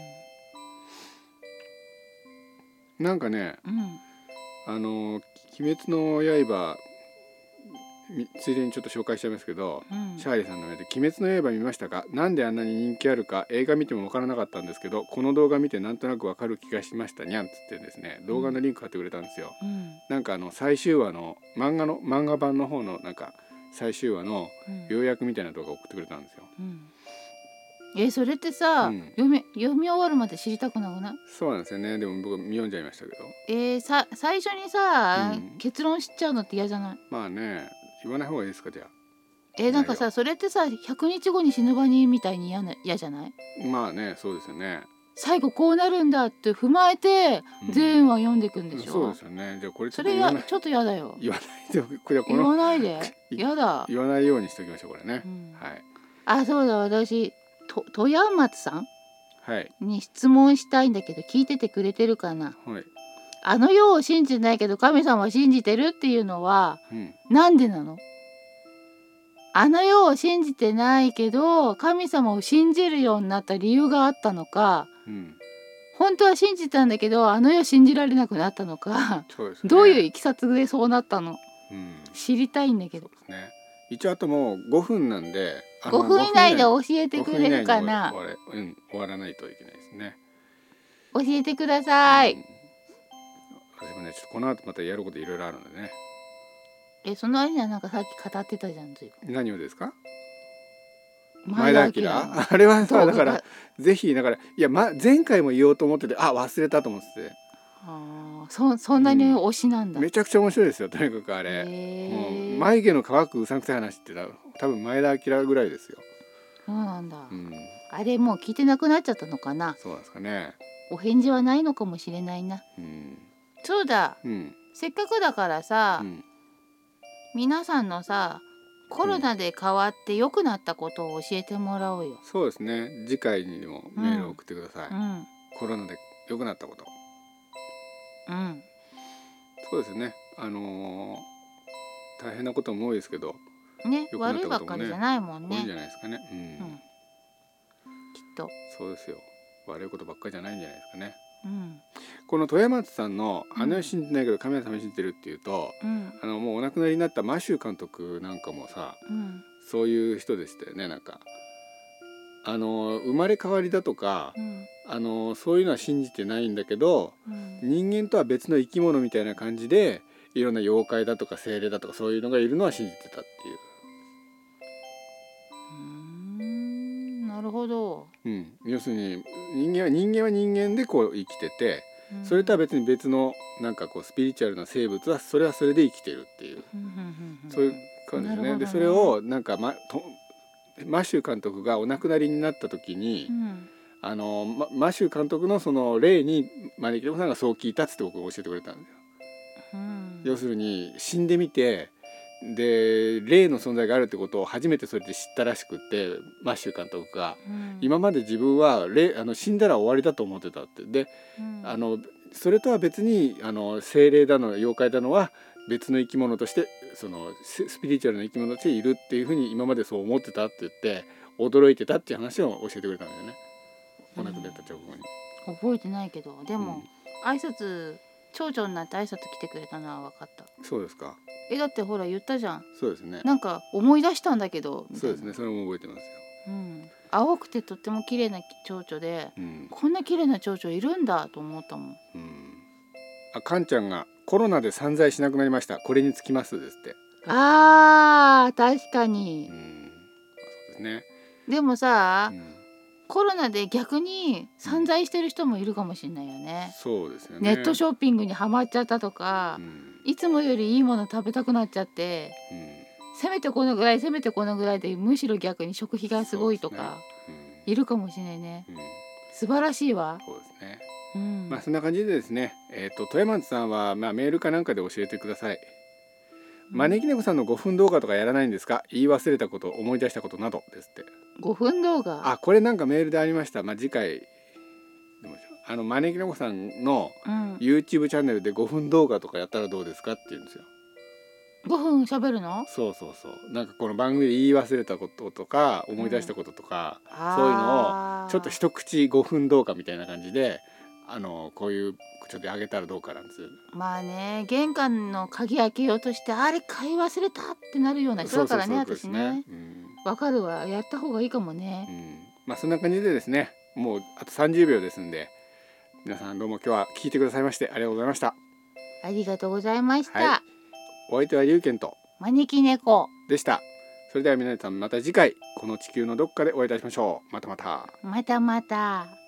うん、なんかね、うん、あの鬼滅の刃ついでにちょっと紹介しちゃいますけど、うん、シャーリーさんの目で鬼滅の刃見ましたか？なんであんなに人気あるか映画見ても分からなかったんですけど、この動画見てなんとなく分かる気がしましたにゃんつってですね、動画のリンク貼ってくれたんですよ。うん、なんかあの最終話の漫画の漫画版の方のなんか最終話の要約みたいな動画送ってくれたんですよ。うん、 えそれってさ、うん、読み読み終わるまで知りたくなくない？ そうなんですよね。でも僕見読んじゃいましたけど。 えー、さ最初にさ、うん、結論知っちゃうのって嫌じゃない？ まあね、言わない方がいいですか、じゃあ。 えー、なんかさ、それってさひゃくにちごに死ぬ場にみたいに嫌な嫌じゃない？ まあね、そうですよね。 最後こうなるんだって踏まえて、うん、全話読んでいくんでしょ。 そうですよね。じゃあこれちょっと言わない。それはちょっと嫌だよ。 言わないで、これこの言わないで。嫌だ。 言わないようにしておきましょう、これね。うん、はい。 あ、そうだ、私と富山松さん、 はい、 に質問したいんだけど聞いててくれてるかな。 はい。 あの世を信じないけど神様は信じてるっていうのは、うん、なんでなの？あの世を信じてないけど神様を信じるようになった理由があったのか、うん、本当は信じたんだけどあの世信じられなくなったのか、そうですね、どういういきさつでそうなったの、うん、知りたいんだけど。そうですね、 一応あともうごふんなんでごふん以内で教えてくれるかな。 終われ、うん、終わらないといけないですね。 教えてください。うん、 私もね、ちょっとこの後またやることいろいろあるのでね。 え、その間になんかさっき語ってたじゃん。 何をですか？前田明。あれはさ、だからぜひだからいや、ま、前回も言おうと思ってて、あ、忘れたと思ってて。 ああ、そそんなに推しなんだ、 うん。めちゃくちゃ面白いですよ、とにかくあれ。うん、眉毛の乾くうさんくさい話って多分前田明ぐらいですよ。 そうなんだ。うん、あれもう聞いてなくなっちゃったのかな。 そうなんですかね。 お返事はないのかもしれないな。うん、そうだ、うん。せっかくだからさ、うん、皆さんのさコロナで変わって良くなったことを教えてもらおうよ。 うん、そうですね。次回にでもメールを送ってください。うん、コロナで良くなったこと。うん。そうですね。あのー、大変なことも多いですけど。 ね、悪いばっかりじゃないもんね。 多いんじゃないですかね。うん。うん、 きっと。 そうですよ。悪いことばっかりじゃないんじゃないですかね。うん、この富山松さんのあの世信じないけど神様信じてるっていうと、うん、あのもうお亡くなりになったマシュー監督なんかもさ、うん、そういう人でしたよね。なんかあの生まれ変わりだとか、うん、あのそういうのは信じてないんだけど、うん、人間とは別の生き物みたいな感じでいろんな妖怪だとか精霊だとかそういうのがいるのは信じてたっていう。 うーん、なるほど。 うん、要するに人間は人間は人間でこう生きてて、うん、それとは別に別のなんかこうスピリチュアルな生物はそれはそれで生きてるっていう、うん、そういう感じですね。でそれをなんか、ま、とマシュー監督がお亡くなりになった時に、うん、あのママシュー監督のその霊に招き猫さんがそう聞いたっつって僕が教えてくれたんですよ。うん、要するに死んでみてで霊の存在があるってことを初めてそれで知ったらしくってマッシュー監督が、うん、今まで自分は霊あの死んだら終わりだと思ってたってで、うん、あのそれとは別にあの精霊だの妖怪だのは別の生き物としてそのスピリチュアルな生き物としているっていうふうに今までそう思ってたって言って驚いてたっていう話を教えてくれたんだよね、うん、お亡くなりになった直後に。 覚えてないけどでも、うん、挨拶長女になって挨拶来てくれたのは分かった。 そうですか。 えだってほら言ったじゃん。 そうですね。 なんか思い出したんだけどそうですね、それも覚えてますよ。 うん、青くてとっても綺麗な蝶々で、うん、こんな綺麗な蝶々いるんだと思ったもん。うん、 あかんちゃんがコロナで散財しなくなりました。これにつきますですって。 あー確かに、うん、 そうですね。 でもさ、うん、コロナで逆に散財してる人もいるかもしれないよね、 うん、そうですよね。 ネットショッピングにはまっちゃったとか、うん、いつもよりいいもの食べたくなっちゃって、うん、せめてこのぐらいせめてこのぐらいでむしろ逆に食費がすごいとか、ね、うん、いるかもしれないね、うん、素晴らしいわ。 そうですね、うん、まあそんな感じでですね、えーと、富山さんは、まあ、メールかなんかで教えてください。招き猫さんのごふん動画とかやらないんですか？言い忘れたこと思い出したことなどですって。 ごふん動画、 あこれなんかメールでありました。まあ次回あの招き猫さんの YouTube チャンネルでごふん動画とかやったらどうですかって言うんですよ。 ごふん喋るの？ そうそうそう。なんかこの番組で言い忘れたこととか思い出したこととか、うん、そういうのをちょっと一口ごふん動画みたいな感じであのこういうちょっとあげたらどうかなんですよ。 まあね玄関の鍵開けようとしてあれ買い忘れたってなるような人だからね私ね。わ、うん、かるわ。やった方がいいかもね、 うん、まあそんな感じでですねもうあとさんじゅうびょうですんで皆さんどうも今日は聞いてくださいましてありがとうございました。 ありがとうございました、 はい、お相手は龍賢と招き猫でした。それでは皆さんまた次回この地球のどっかでお会いいたしましょう。またまたまたまた。